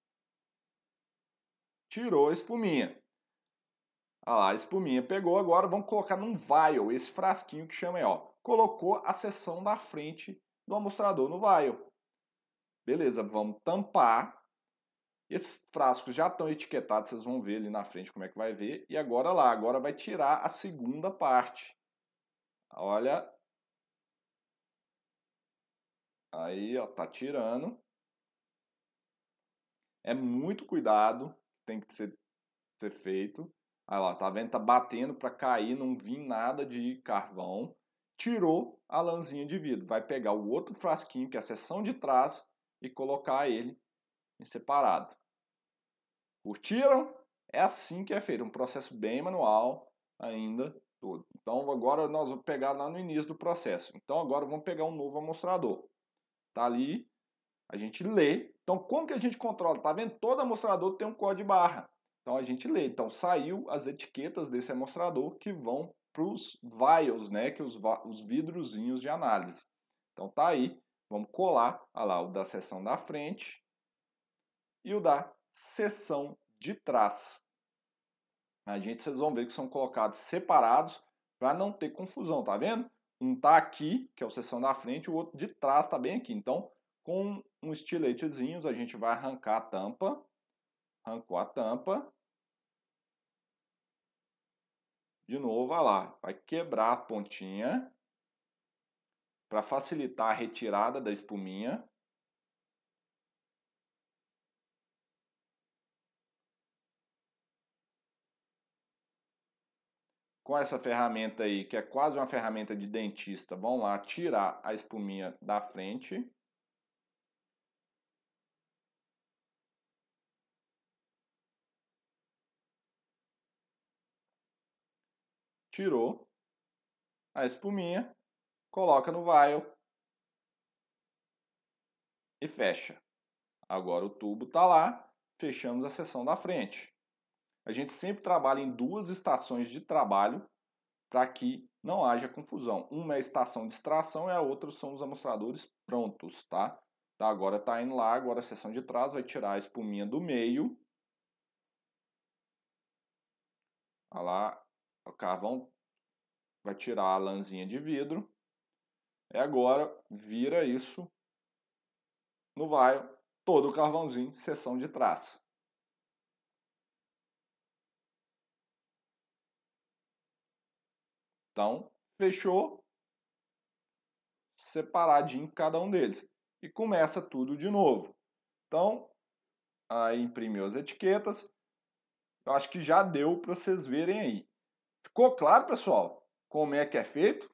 Tirou a espuminha. Olha lá, a espuminha pegou. Agora vamos colocar num vial, esse frasquinho que chama aí, ó. Colocou a seção da frente do amostrador no vial. Beleza, vamos tampar. Esses frascos já estão etiquetados, vocês vão ver ali na frente como é que vai ver. E agora lá, agora vai tirar a segunda parte. Olha. Aí, ó, tá tirando. É muito cuidado que tem que ser, ser feito. Aí lá, tá vendo? Tá batendo para cair, não vir nada de carvão. Tirou a lãzinha de vidro. Vai pegar o outro frasquinho, que é a seção de trás, e colocar ele em separado. Curtiram? É assim que é feito. Um processo bem manual ainda. Tudo. Então agora nós vamos pegar lá no início do processo. Então agora vamos pegar um novo amostrador. Tá ali. A gente lê. Então, como que a gente controla? Tá vendo? Todo amostrador tem um código de barra. Então, a gente lê. Então, saiu as etiquetas desse amostrador que vão para os vials, né? Que os, os vidrozinhos de análise. Então, tá aí. Vamos colar. Olha lá, o da seção da frente e o da seção de trás. A gente, vocês vão ver que são colocados separados para não ter confusão, tá vendo? Um tá aqui, que é a seção da frente, o outro de trás tá bem aqui. Então, com um estiletezinho, a gente vai arrancar a tampa. Arrancou a tampa. De novo, olha lá. Vai quebrar a pontinha para facilitar a retirada da espuminha. Com essa ferramenta aí, que é quase uma ferramenta de dentista, vamos lá tirar a espuminha da frente. Tirou a espuminha, coloca no vial e fecha. Agora o tubo está lá, fechamos a seção da frente. A gente sempre trabalha em duas estações de trabalho para que não haja confusão. Uma é a estação de extração e a outra são os amostradores prontos, tá? Tá, agora está indo lá, agora a seção de trás vai tirar a espuminha do meio. Olha lá, o carvão vai tirar a lãzinha de vidro. E agora vira isso no vaio, todo o carvãozinho, seção de trás. Então, fechou, separadinho cada um deles. E começa tudo de novo. Então, aí imprimiu as etiquetas. Eu acho que já deu para vocês verem aí. Ficou claro, pessoal? Como é que é feito?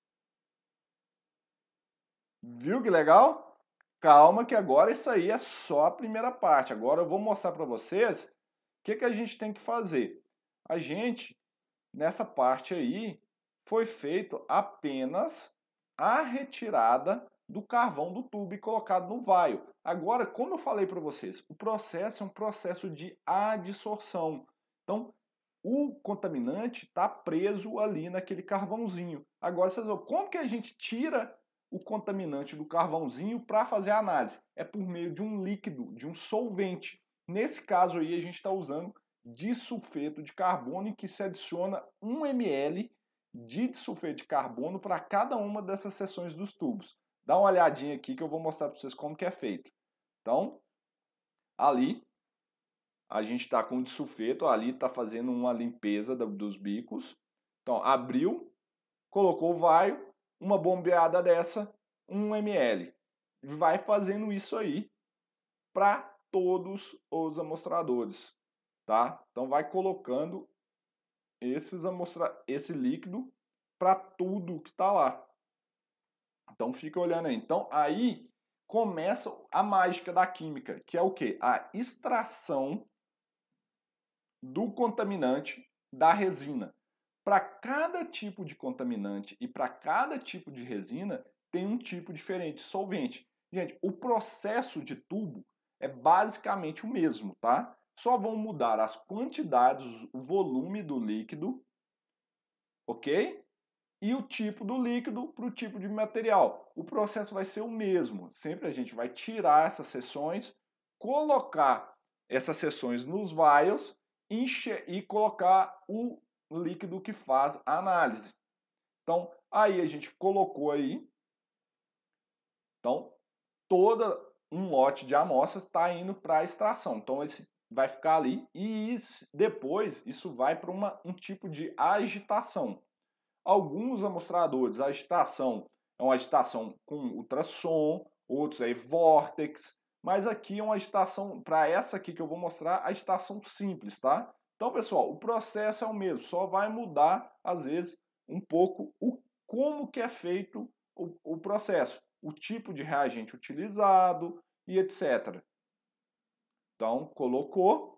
Viu que legal? Calma que agora isso aí é só a primeira parte. Agora eu vou mostrar para vocês o que, que a gente tem que fazer. A gente, nessa parte aí, foi feito apenas a retirada do carvão do tubo e colocado no vaio. Agora, como eu falei para vocês, o processo é um processo de adsorção. Então, o contaminante está preso ali naquele carvãozinho. Agora, vocês vão, como que a gente tira o contaminante do carvãozinho para fazer a análise? É por meio de um líquido, de um solvente. Nesse caso aí, a gente está usando disulfeto de carbono, que se adiciona um mililitro de disulfeto de carbono para cada uma dessas seções dos tubos. Dá uma olhadinha aqui que eu vou mostrar para vocês como que é feito. Então, ali, a gente está com o disulfeto, ali está fazendo uma limpeza dos bicos. Então, abriu, colocou o vaio, uma bombeada dessa, um mililitro. Vai fazendo isso aí para todos os amostradores, tá? Então, vai colocando esses amostra esse líquido para tudo que está lá. Então fica olhando aí. Então aí começa a mágica da química, que é o quê? A extração do contaminante da resina. Para cada tipo de contaminante e para cada tipo de resina tem um tipo diferente de solvente. Gente, o processo de tubo é basicamente o mesmo, tá? Só vão mudar as quantidades, o volume do líquido, ok? e o tipo do líquido para o tipo de material. O processo vai ser o mesmo. Sempre a gente vai tirar essas seções, colocar essas seções nos vials encher, e colocar o líquido que faz a análise. Então, aí a gente colocou aí. Então, toda um lote de amostras está indo para a extração. Então, esse vai ficar ali e isso, depois isso vai para um tipo de agitação. Alguns amostradores, a agitação é uma agitação com ultrassom, outros aí vórtex, mas aqui é uma agitação, para essa aqui que eu vou mostrar, agitação simples, tá? Então, pessoal, o processo é o mesmo, só vai mudar, às vezes, um pouco o como que é feito o, o processo, o tipo de reagente utilizado e etcétera. Então, colocou.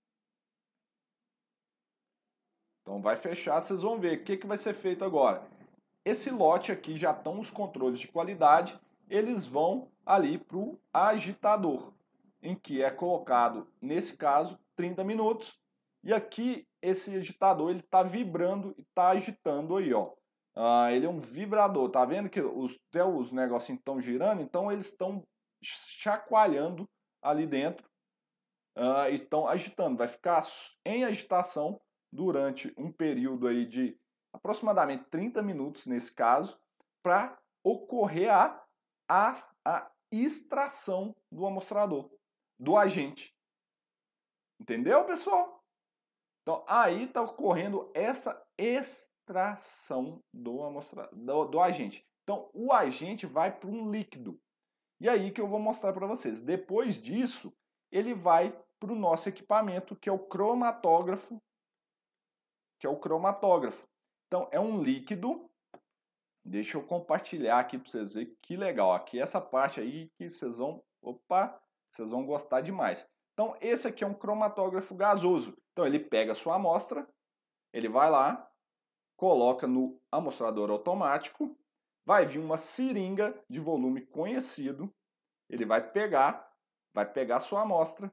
Então, vai fechar, vocês vão ver o que, que vai ser feito agora. Esse lote aqui já estão os controles de qualidade, eles vão ali para o agitador, em que é colocado, nesse caso, trinta minutos. E aqui, esse agitador, ele está vibrando e está agitando aí, ó. Ah, ele é um vibrador, tá vendo que os, até os negocinhos estão girando? Então, eles estão chacoalhando ali dentro, ah, estão agitando. Vai ficar em agitação durante um período aí de aproximadamente trinta minutos nesse caso, para ocorrer a, a, a extração do amostrador, do agente. Entendeu, pessoal? Então, aí está ocorrendo essa extração do, amostra, do, do agente. Então, o agente vai para um líquido. E aí que eu vou mostrar para vocês. Depois disso, ele vai para o nosso equipamento, que é o cromatógrafo, que é o cromatógrafo. Então, é um líquido. Deixa eu compartilhar aqui para vocês verem que legal. Aqui essa parte aí que vocês vão, opa, vocês vão gostar demais. Então, esse aqui é um cromatógrafo gasoso. Então, ele pega a sua amostra, ele vai lá, coloca no amostrador automático, vai vir uma seringa de volume conhecido, ele vai pegar, vai pegar a sua amostra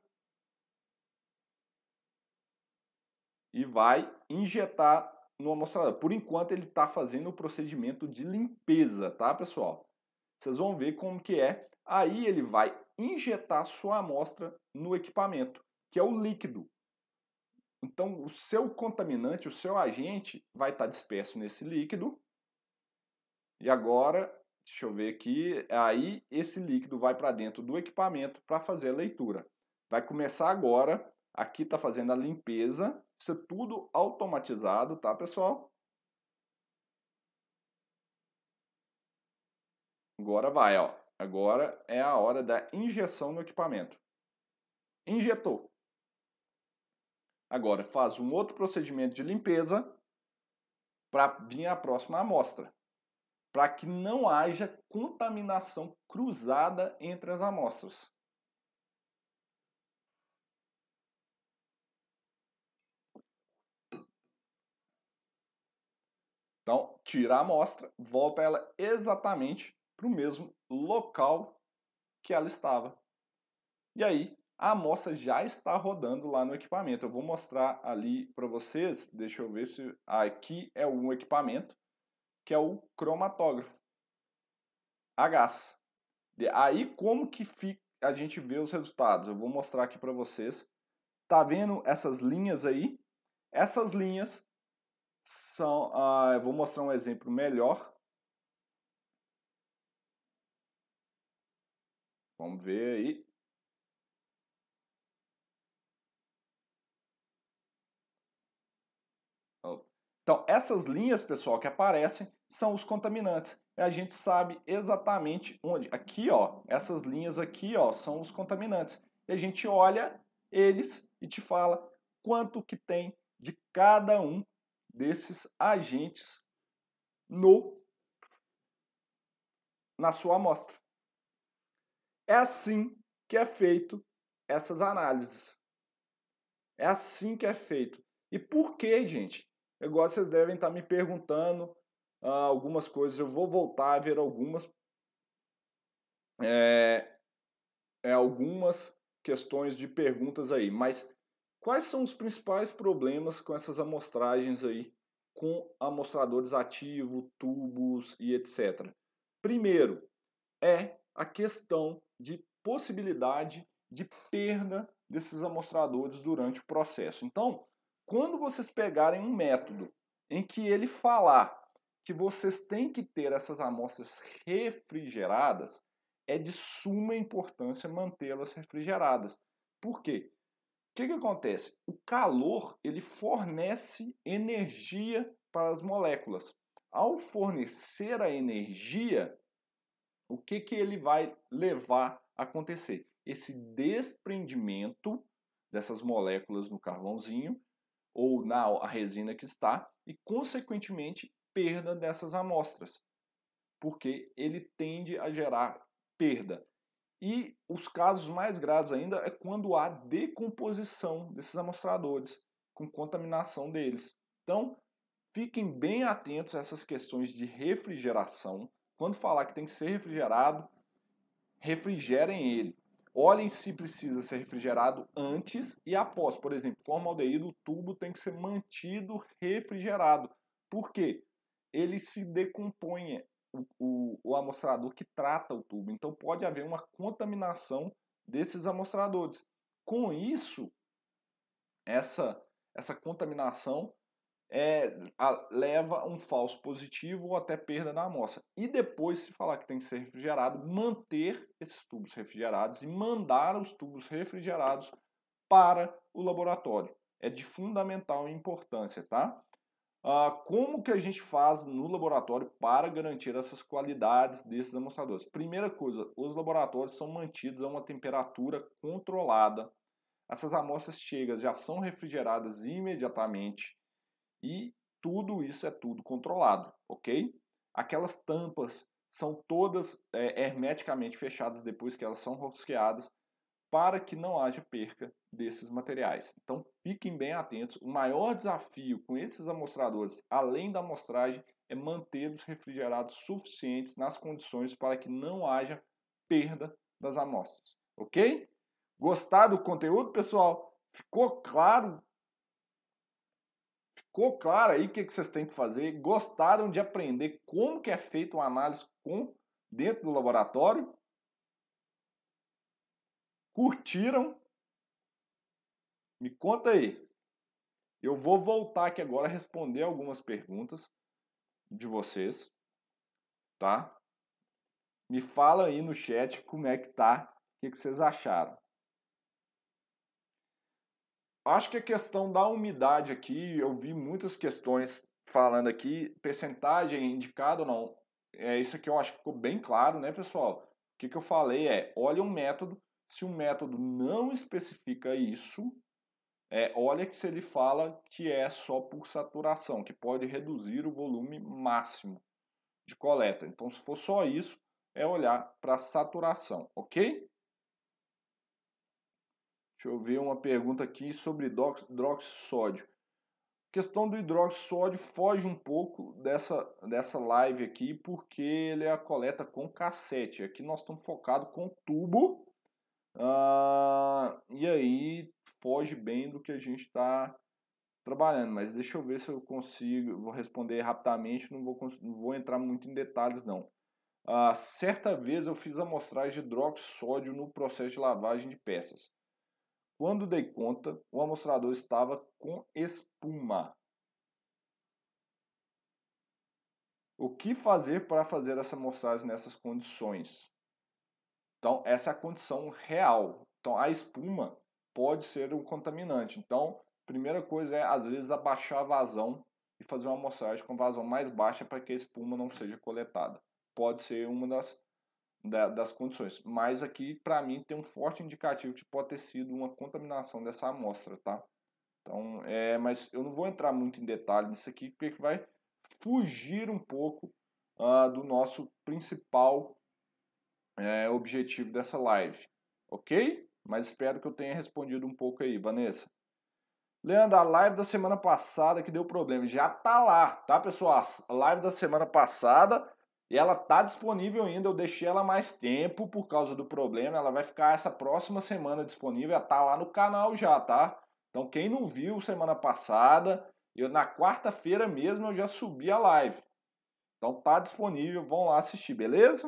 e vai injetar no amostrador. Por enquanto ele está fazendo o procedimento de limpeza, tá, pessoal? Vocês vão ver como que é. Aí ele vai injetar sua amostra no equipamento, que é o líquido. Então o seu contaminante, o seu agente vai estar disperso nesse líquido. E agora, deixa eu ver aqui, aí esse líquido vai para dentro do equipamento para fazer a leitura. Vai começar agora, aqui está fazendo a limpeza. Isso é tudo automatizado, tá, pessoal? Agora vai, ó. Agora é a hora da injeção no equipamento. Injetou. Agora faz um outro procedimento de limpeza para vir a próxima amostra, para que não haja contaminação cruzada entre as amostras. Então, tira a amostra, volta ela exatamente para o mesmo local que ela estava. E aí, a amostra já está rodando lá no equipamento. Eu vou mostrar ali para vocês, deixa eu ver se... Aqui é um equipamento, que é o cromatógrafo a gás. Aí, como que fica, a gente vê os resultados? Eu vou mostrar aqui para vocês. Tá vendo essas linhas aí? Essas linhas são... Ah, eu vou mostrar um exemplo melhor. Vamos ver aí. Então, essas linhas, pessoal, que aparecem são os contaminantes. E a gente sabe exatamente onde. Aqui, ó, essas linhas aqui, ó, são os contaminantes. E a gente olha eles e te fala quanto que tem de cada um desses agentes no na sua amostra. É assim que é feito essas análises. É assim que é feito. E por que, gente? Igual vocês devem estar me perguntando ah, algumas coisas. Eu vou voltar a ver algumas, é, é, algumas questões de perguntas aí. Mas quais são os principais problemas com essas amostragens aí com amostradores ativos, tubos e etcétera. Primeiro, é a questão de possibilidade de perda desses amostradores durante o processo. Então, quando vocês pegarem um método em que ele falar que vocês têm que ter essas amostras refrigeradas, é de suma importância mantê-las refrigeradas. Por quê? O que, que acontece? O calor ele fornece energia para as moléculas. Ao fornecer a energia, o que, que ele vai levar a acontecer? Esse desprendimento dessas moléculas no carvãozinho ou na resina que está e, consequentemente, perda dessas amostras, porque ele tende a gerar perda. E os casos mais graves ainda é quando há decomposição desses amostradores, com contaminação deles. Então, fiquem bem atentos a essas questões de refrigeração. Quando falar que tem que ser refrigerado, refrigerem ele. Olhem se precisa ser refrigerado antes e após. Por exemplo, formaldeído, o tubo tem que ser mantido refrigerado. Por quê? Ele se decompõe, o, o, o amostrador que trata o tubo. Então pode haver uma contaminação desses amostradores. Com isso, essa, essa contaminação é, a, leva um falso positivo ou até perda na amostra. E depois, se falar que tem que ser refrigerado, manter esses tubos refrigerados e mandar os tubos refrigerados para o laboratório. É de fundamental importância, tá? Ah, como que a gente faz no laboratório para garantir essas qualidades desses amostradores? Primeira coisa, os laboratórios são mantidos a uma temperatura controlada. Essas amostras cheias já são refrigeradas imediatamente e tudo isso é tudo controlado, ok? Aquelas tampas são todas é, hermeticamente fechadas depois que elas são rosqueadas para que não haja perca desses materiais. Então fiquem bem atentos. O maior desafio com esses amostradores, além da amostragem, é mantê-los refrigerados suficientes nas condições para que não haja perda das amostras, ok? Gostaram do conteúdo, pessoal? Ficou claro? Ficou claro aí o que vocês têm que fazer? Gostaram de aprender como que é feita uma análise com, dentro do laboratório? Curtiram? Me conta aí. Eu vou voltar aqui agora a responder algumas perguntas de vocês, tá? Me fala aí no chat como é que tá, o que vocês acharam. Acho que a questão da umidade aqui, eu vi muitas questões falando aqui, percentagem indicada ou não. É isso aqui eu acho que ficou bem claro, né, pessoal? O que, que eu falei é, olha um método, se o método não especifica isso, é, olha que se ele fala que é só por saturação, que pode reduzir o volume máximo de coleta. Então, se for só isso, é olhar para saturação, ok? Deixa eu ver uma pergunta aqui sobre hidroxissódio. A questão do hidroxissódio foge um pouco dessa, dessa live aqui, porque ele é a coleta com cassete. Aqui nós estamos focados com tubo. Ah, e aí foge bem do que a gente está trabalhando, mas deixa eu ver se eu consigo, vou responder rapidamente, não vou, não vou entrar muito em detalhes não. Ah, certa vez eu fiz a amostragem de hidroxissódio no processo de lavagem de peças. Quando dei conta, o amostrador estava com espuma. O que fazer para fazer essa amostragem nessas condições? Então, essa é a condição real. Então, a espuma pode ser um contaminante. Então, primeira coisa é, às vezes, abaixar a vazão e fazer uma amostragem com vazão mais baixa para que a espuma não seja coletada. Pode ser uma das, das condições. Mas aqui, para mim, tem um forte indicativo que pode ter sido uma contaminação dessa amostra, tá? Então, é, mas eu não vou entrar muito em detalhe nisso aqui, porque vai fugir um pouco uh, do nosso principal é, objetivo dessa live, ok? Mas espero que eu tenha respondido um pouco aí, Vanessa. Leandro, a live da semana passada que deu problema, já tá lá, tá, pessoal? A live da semana passada, e ela tá disponível ainda, eu deixei ela mais tempo por causa do problema, ela vai ficar essa próxima semana disponível, ela tá lá no canal já, tá? Então quem não viu semana passada, Eu, na quarta-feira mesmo eu já subi a live. Então tá disponível, vão lá assistir, beleza?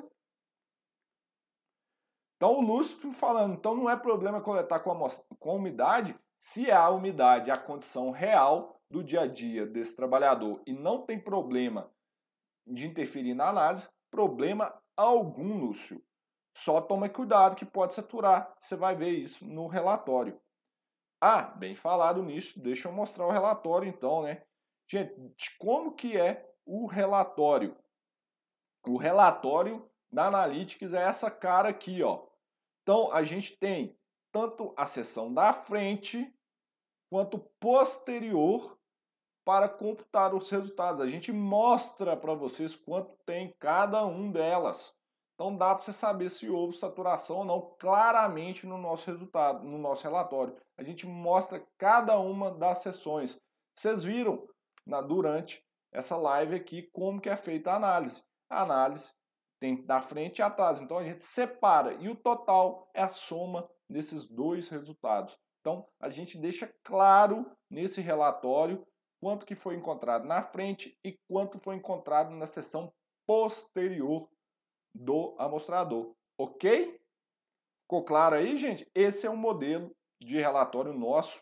Então o Lúcio falando, então não é problema coletar com, a, com a umidade se a umidade é a condição real do dia a dia desse trabalhador e não tem problema de interferir na análise, problema algum, Lúcio. Só tome cuidado que pode saturar, você vai ver isso no relatório. Ah, bem falado nisso, deixa eu mostrar o relatório então, né? Gente, como que é o relatório? O relatório da Analytics é essa cara aqui, ó. Então, a gente tem tanto a seção da frente quanto posterior para computar os resultados. A gente mostra para vocês quanto tem cada um delas. Então dá para você saber se houve saturação ou não claramente no nosso resultado, no nosso relatório. A gente mostra cada uma das sessões. Vocês viram na, durante essa live aqui como que é feita a análise. A análise tem da frente e atrás. Então a gente separa e o total é a soma desses dois resultados. Então a gente deixa claro nesse relatório quanto que foi encontrado na frente e quanto foi encontrado na seção posterior do amostrador, ok? Ficou claro aí, gente? Esse é um modelo de relatório nosso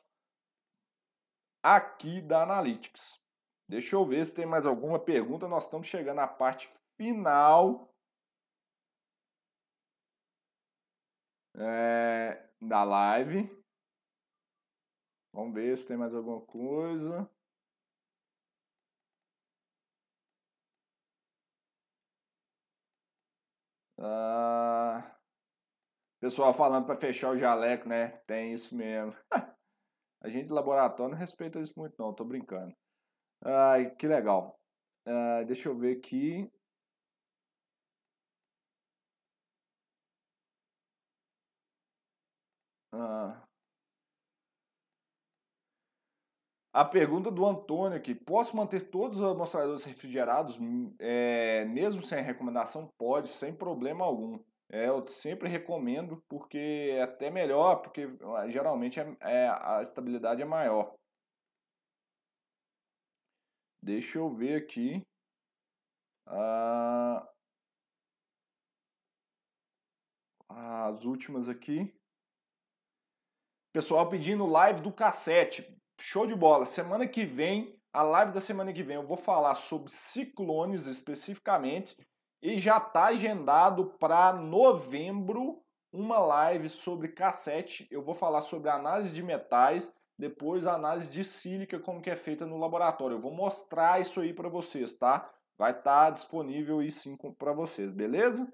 aqui da Analytics. Deixa eu ver se tem mais alguma pergunta. Nós estamos chegando à parte final é, da live. Vamos ver se tem mais alguma coisa. Ah, pessoal falando para fechar o jaleco, né? Tem isso mesmo. A gente de laboratório não respeita isso muito não, tô brincando. Ai, que legal. Ah, deixa eu ver aqui. Ah, a pergunta do Antônio aqui. Posso manter todos os amostradores refrigerados, é, mesmo sem recomendação? Pode, sem problema algum. É, eu sempre recomendo porque é até melhor, porque geralmente é, é, a estabilidade é maior. Deixa eu ver aqui. Ah, as últimas aqui. Pessoal pedindo live do cassete. Show de bola. Semana que vem, a live da semana que vem, eu vou falar sobre ciclones especificamente e já está agendado para novembro uma live sobre cassete. Eu vou falar sobre análise de metais, depois a análise de sílica, como que é feita no laboratório. Eu vou mostrar isso aí para vocês, tá? Vai estar tá disponível aí sim para vocês, beleza?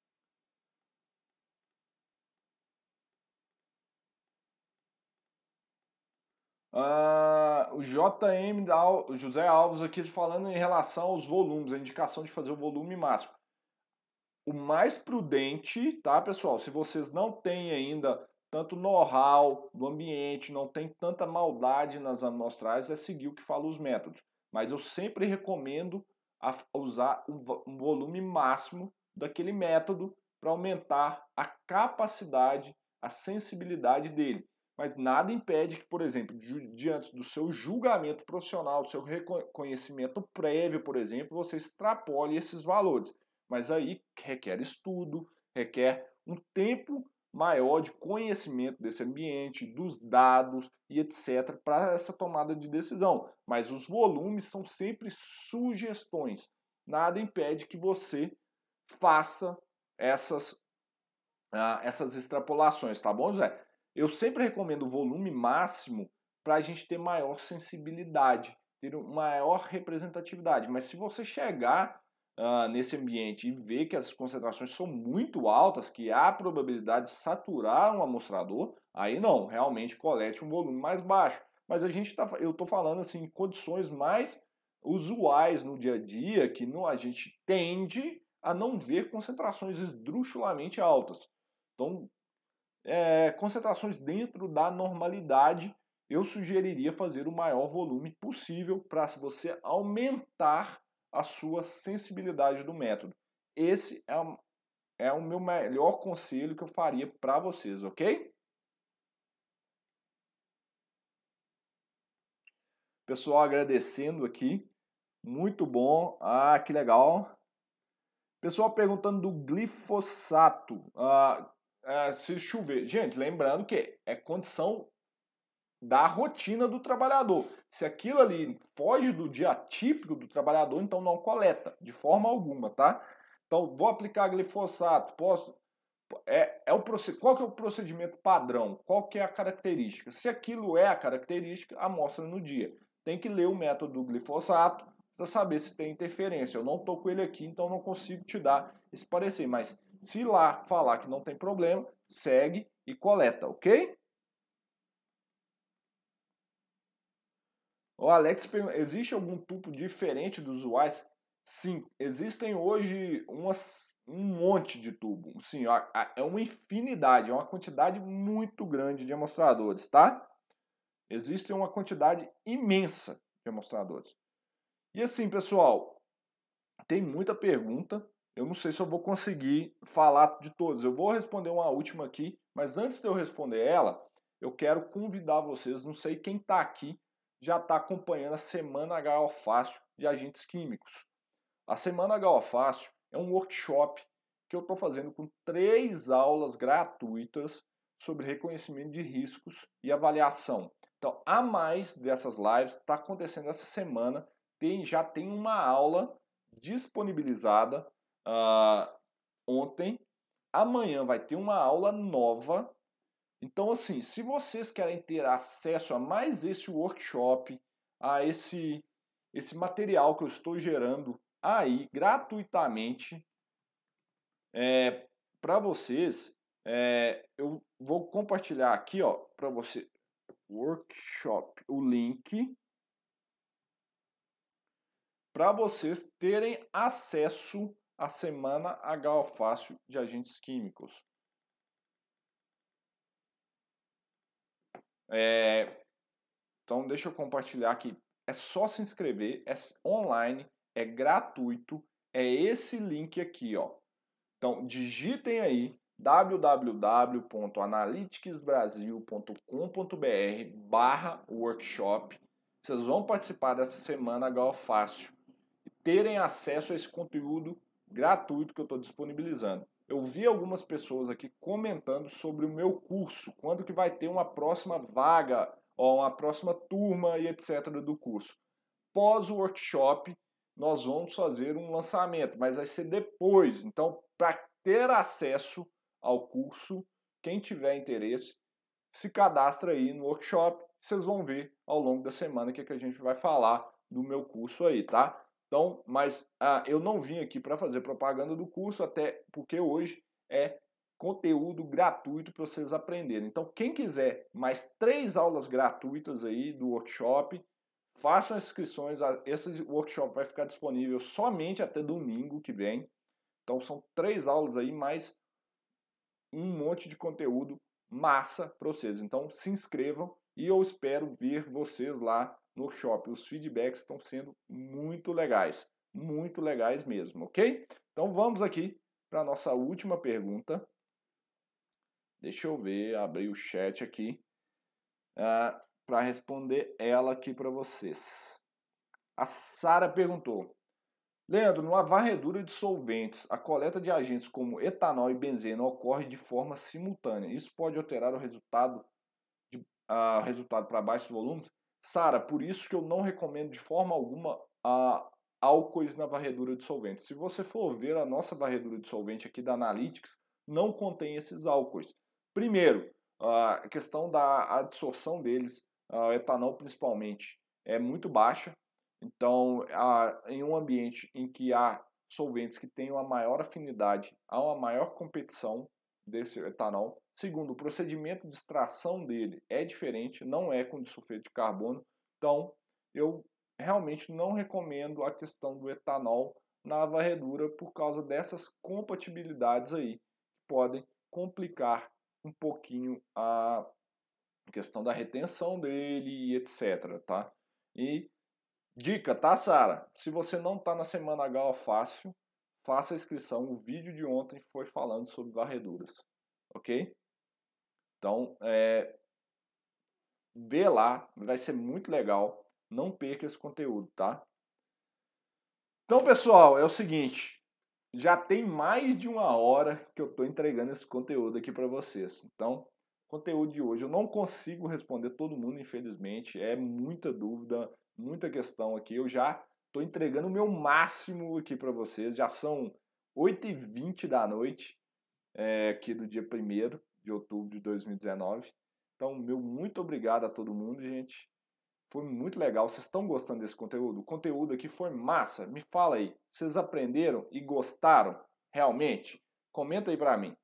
Ah, o J M da o José Alves aqui falando em relação aos volumes, a indicação de fazer o volume máximo. O mais prudente, tá, pessoal? Se vocês não têm ainda tanto know-how do ambiente, não tem tanta maldade nas amostrais, é seguir o que fala os métodos. Mas eu sempre recomendo usar um volume máximo daquele método para aumentar a capacidade, a sensibilidade dele. Mas nada impede que, por exemplo, diante do seu julgamento profissional, do seu reconhecimento prévio, por exemplo, você extrapole esses valores. Mas aí requer estudo, requer um tempo maior de conhecimento desse ambiente, dos dados e etcétera para essa tomada de decisão. Mas os volumes são sempre sugestões. Nada impede que você faça essas, uh, essas extrapolações, tá bom, Zé? Eu sempre recomendo o volume máximo para a gente ter maior sensibilidade, ter maior representatividade. Mas se você chegar uh, nesse ambiente e ver que as concentrações são muito altas, que há a probabilidade de saturar um amostrador, aí não, realmente colete um volume mais baixo. Mas a gente tá, eu estou falando assim, em condições mais usuais no dia a dia, que não, a gente tende a não ver concentrações esdrúxulamente altas. Então, é, concentrações dentro da normalidade, eu sugeriria fazer o maior volume possível para você aumentar a sua sensibilidade do método. Esse é, é o meu melhor conselho que eu faria para vocês, ok? Pessoal agradecendo aqui. Muito bom. Ah, que legal. Pessoal perguntando do glifosato. Ah, ah, se chover. Gente, lembrando que é condição da rotina do trabalhador. Se aquilo ali foge do dia típico do trabalhador, então não coleta, de forma alguma, tá? Então, vou aplicar glifosato, posso... É, é o, qual que é o procedimento padrão? Qual que é a característica? Se aquilo é a característica, amostra no dia. Tem que ler o método do glifosato para saber se tem interferência. Eu não estou com ele aqui, então não consigo te dar esse parecer. Mas se lá falar que não tem problema, segue e coleta, ok? O Alex pergunta, existe algum tubo diferente dos usuais? Sim, existem hoje umas, um monte de tubo. Sim, é uma infinidade, é uma quantidade muito grande de amostradores, tá? Existe uma quantidade imensa de amostradores. E assim, pessoal, tem muita pergunta. Eu não sei se eu vou conseguir falar de todos. Eu vou responder uma última aqui, mas antes de eu responder ela, eu quero convidar vocês, não sei quem está aqui, já está acompanhando a Semana H O Fácil de Agentes Químicos. A Semana H O Fácil é um workshop que eu estou fazendo com três aulas gratuitas sobre reconhecimento de riscos e avaliação. Então, a mais dessas lives está acontecendo essa semana. Tem, já tem uma aula disponibilizada uh, ontem. Amanhã vai ter uma aula nova. Então, assim, se vocês querem ter acesso a mais esse workshop, a esse, esse material que eu estou gerando aí gratuitamente é, para vocês, é, eu vou compartilhar aqui, ó, para você, workshop, o link para vocês terem acesso à Semana H O Fácil de Agentes Químicos. É, então, deixa eu compartilhar aqui. É só se inscrever, é online, é gratuito, é esse link aqui, ó. Então, digitem aí w w w ponto analyticsbrasil ponto com ponto b r barra workshop. Vocês vão participar dessa semana H O Fácil e terem acesso a esse conteúdo gratuito que eu estou disponibilizando. Eu vi algumas pessoas aqui comentando sobre o meu curso, quando que vai ter uma próxima vaga, ou uma próxima turma e etcétera do curso. Pós o workshop, nós vamos fazer um lançamento, mas vai ser depois. Então, para ter acesso ao curso, quem tiver interesse, se cadastra aí no workshop. Vocês vão ver ao longo da semana o que, é que a gente vai falar do meu curso aí, tá? Então, mas ah, eu não vim aqui para fazer propaganda do curso, até porque hoje é conteúdo gratuito para vocês aprenderem. Então, quem quiser mais três aulas gratuitas aí do workshop, façam as inscrições. Esse workshop vai ficar disponível somente até domingo que vem. Então, são três aulas aí, mais um monte de conteúdo massa para vocês. Então, se inscrevam e eu espero ver vocês lá no workshop. Os feedbacks estão sendo muito legais, muito legais mesmo, ok? Então, vamos aqui para a nossa última pergunta. Deixa eu ver, abrir o chat aqui uh, para responder ela aqui para vocês. A Sara perguntou: Leandro, numa varredura de solventes, a coleta de agentes como etanol e benzeno ocorre de forma simultânea. Isso pode alterar o resultado de, uh, resultado para baixos volumes? Sara, por isso que eu não recomendo de forma alguma uh, álcoois na varredura de solventes. Se você for ver a nossa varredura de solvente aqui da Analytics, não contém esses álcoois. Primeiro, uh, a questão da absorção deles, uh, etanol principalmente, é muito baixa. Então, a, em um ambiente em que há solventes que têm uma maior afinidade, há uma maior competição desse etanol. Segundo, o procedimento de extração dele é diferente, não é com disulfeto de carbono. Então, eu realmente não recomendo a questão do etanol na varredura por causa dessas compatibilidades aí, que podem complicar um pouquinho a questão da retenção dele e etcétera, tá? E dica, tá, Sara? Se você não tá na Semana H O Fácil, faça a inscrição. O vídeo de ontem foi falando sobre varreduras, ok? Então, é, vê lá, vai ser muito legal. Não perca esse conteúdo, tá? Então, pessoal, é o seguinte, já tem mais de uma hora que eu estou entregando esse conteúdo aqui para vocês. Então, conteúdo de hoje, eu não consigo responder todo mundo, infelizmente, é muita dúvida, muita questão aqui. Eu já estou entregando o meu máximo aqui para vocês, já são oito e vinte da noite, é, aqui do dia primeiro de outubro de dois mil e dezenove. Então, meu muito obrigado a todo mundo, gente. Foi muito legal. Vocês estão gostando desse conteúdo? O conteúdo aqui foi massa. Me fala aí, vocês aprenderam e gostaram realmente? Comenta aí pra mim.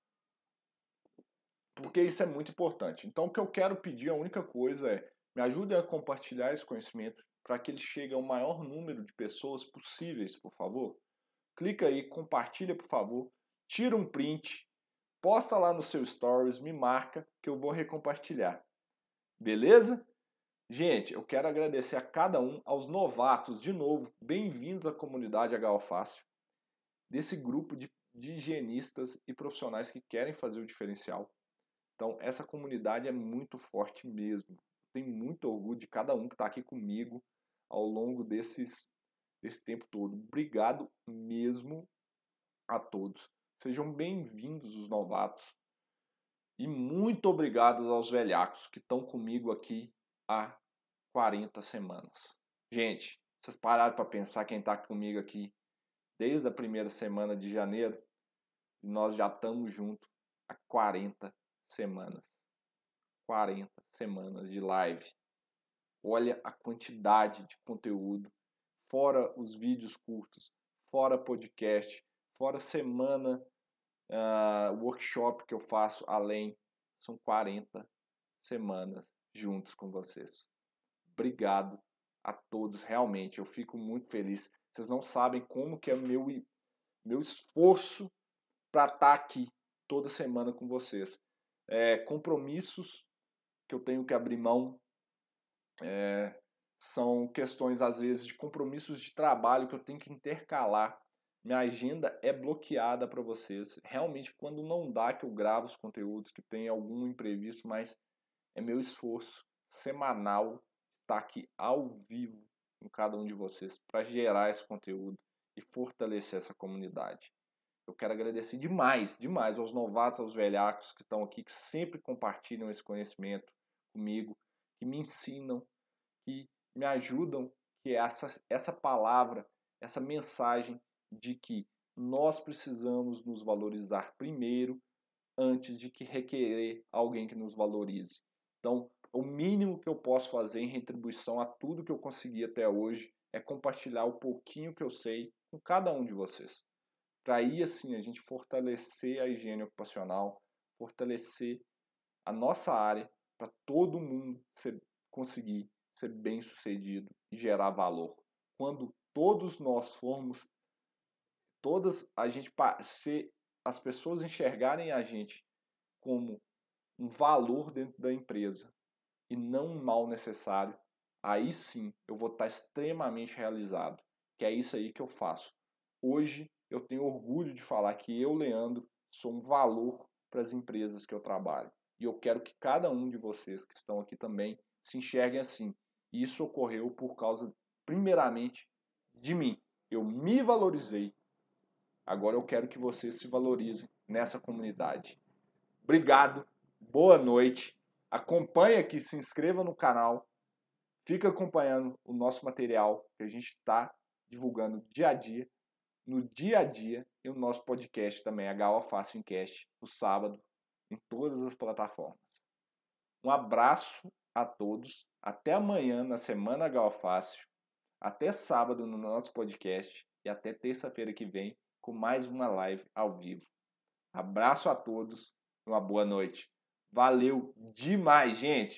Porque isso é muito importante. Então, o que eu quero pedir, a única coisa é, me ajude a compartilhar esse conhecimento para que ele chegue ao maior número de pessoas possíveis, por favor. Clica aí, compartilha, por favor. Tira um print, posta lá no seu stories, me marca que eu vou recompartilhar. Beleza? Gente, eu quero agradecer a cada um, aos novatos, de novo, bem-vindos à comunidade H O Fácil, desse grupo de, de higienistas e profissionais que querem fazer o diferencial. Então, essa comunidade é muito forte mesmo. Tenho muito orgulho de cada um que está aqui comigo ao longo desses, desse tempo todo. Obrigado mesmo a todos. Sejam bem-vindos os novatos. E muito obrigado aos velhacos que estão comigo aqui há quarenta semanas. Gente, vocês pararam para pensar quem está comigo aqui desde a primeira semana de janeiro? Nós já estamos juntos há quarenta semanas. quarenta semanas de live. Olha a quantidade de conteúdo, fora os vídeos curtos, fora podcast, fora semana, uh, workshop que eu faço além. São quarenta semanas juntos com vocês. Obrigado a todos, realmente, eu fico muito feliz. Vocês não sabem como que é meu, meu esforço para estar aqui toda semana com vocês. É, compromissos que eu tenho que abrir mão, é, são questões, às vezes, de compromissos de trabalho que eu tenho que intercalar. Minha agenda é bloqueada para vocês. Realmente, quando não dá que eu gravo os conteúdos, que tem algum imprevisto, mas é meu esforço semanal estar aqui ao vivo com cada um de vocês para gerar esse conteúdo e fortalecer essa comunidade. Eu quero agradecer demais, demais aos novatos, aos velhacos que estão aqui, que sempre compartilham esse conhecimento comigo, que me ensinam, que me ajudam, que essa, essa palavra, essa mensagem de que nós precisamos nos valorizar primeiro antes de que requerer alguém que nos valorize. Então, o mínimo que eu posso fazer em retribuição a tudo que eu consegui até hoje é compartilhar o pouquinho que eu sei com cada um de vocês. Para aí, assim, a gente fortalecer a higiene ocupacional, fortalecer a nossa área para todo mundo ser, conseguir ser bem sucedido e gerar valor. Quando todos nós formos, todas a gente ser, as pessoas enxergarem a gente como um valor dentro da empresa e não um mal necessário, aí sim eu vou estar extremamente realizado, que é isso aí que eu faço. Hoje eu tenho orgulho de falar que eu, Leandro, sou um valor para as empresas que eu trabalho. E eu quero que cada um de vocês que estão aqui também se enxerguem assim. E isso ocorreu por causa, primeiramente, de mim. Eu me valorizei. Agora eu quero que vocês se valorizem nessa comunidade. Obrigado, boa noite. Acompanhe aqui, se inscreva no canal. Fica acompanhando o nosso material que a gente está divulgando dia a dia, no dia a dia, e o nosso podcast também, H O Fácil Encast, no sábado, em todas as plataformas. Um abraço a todos. Até amanhã na Semana H O Fácil. Até sábado no nosso podcast. E até terça-feira que vem com mais uma live ao vivo. Abraço a todos. Uma boa noite. Valeu demais, gente!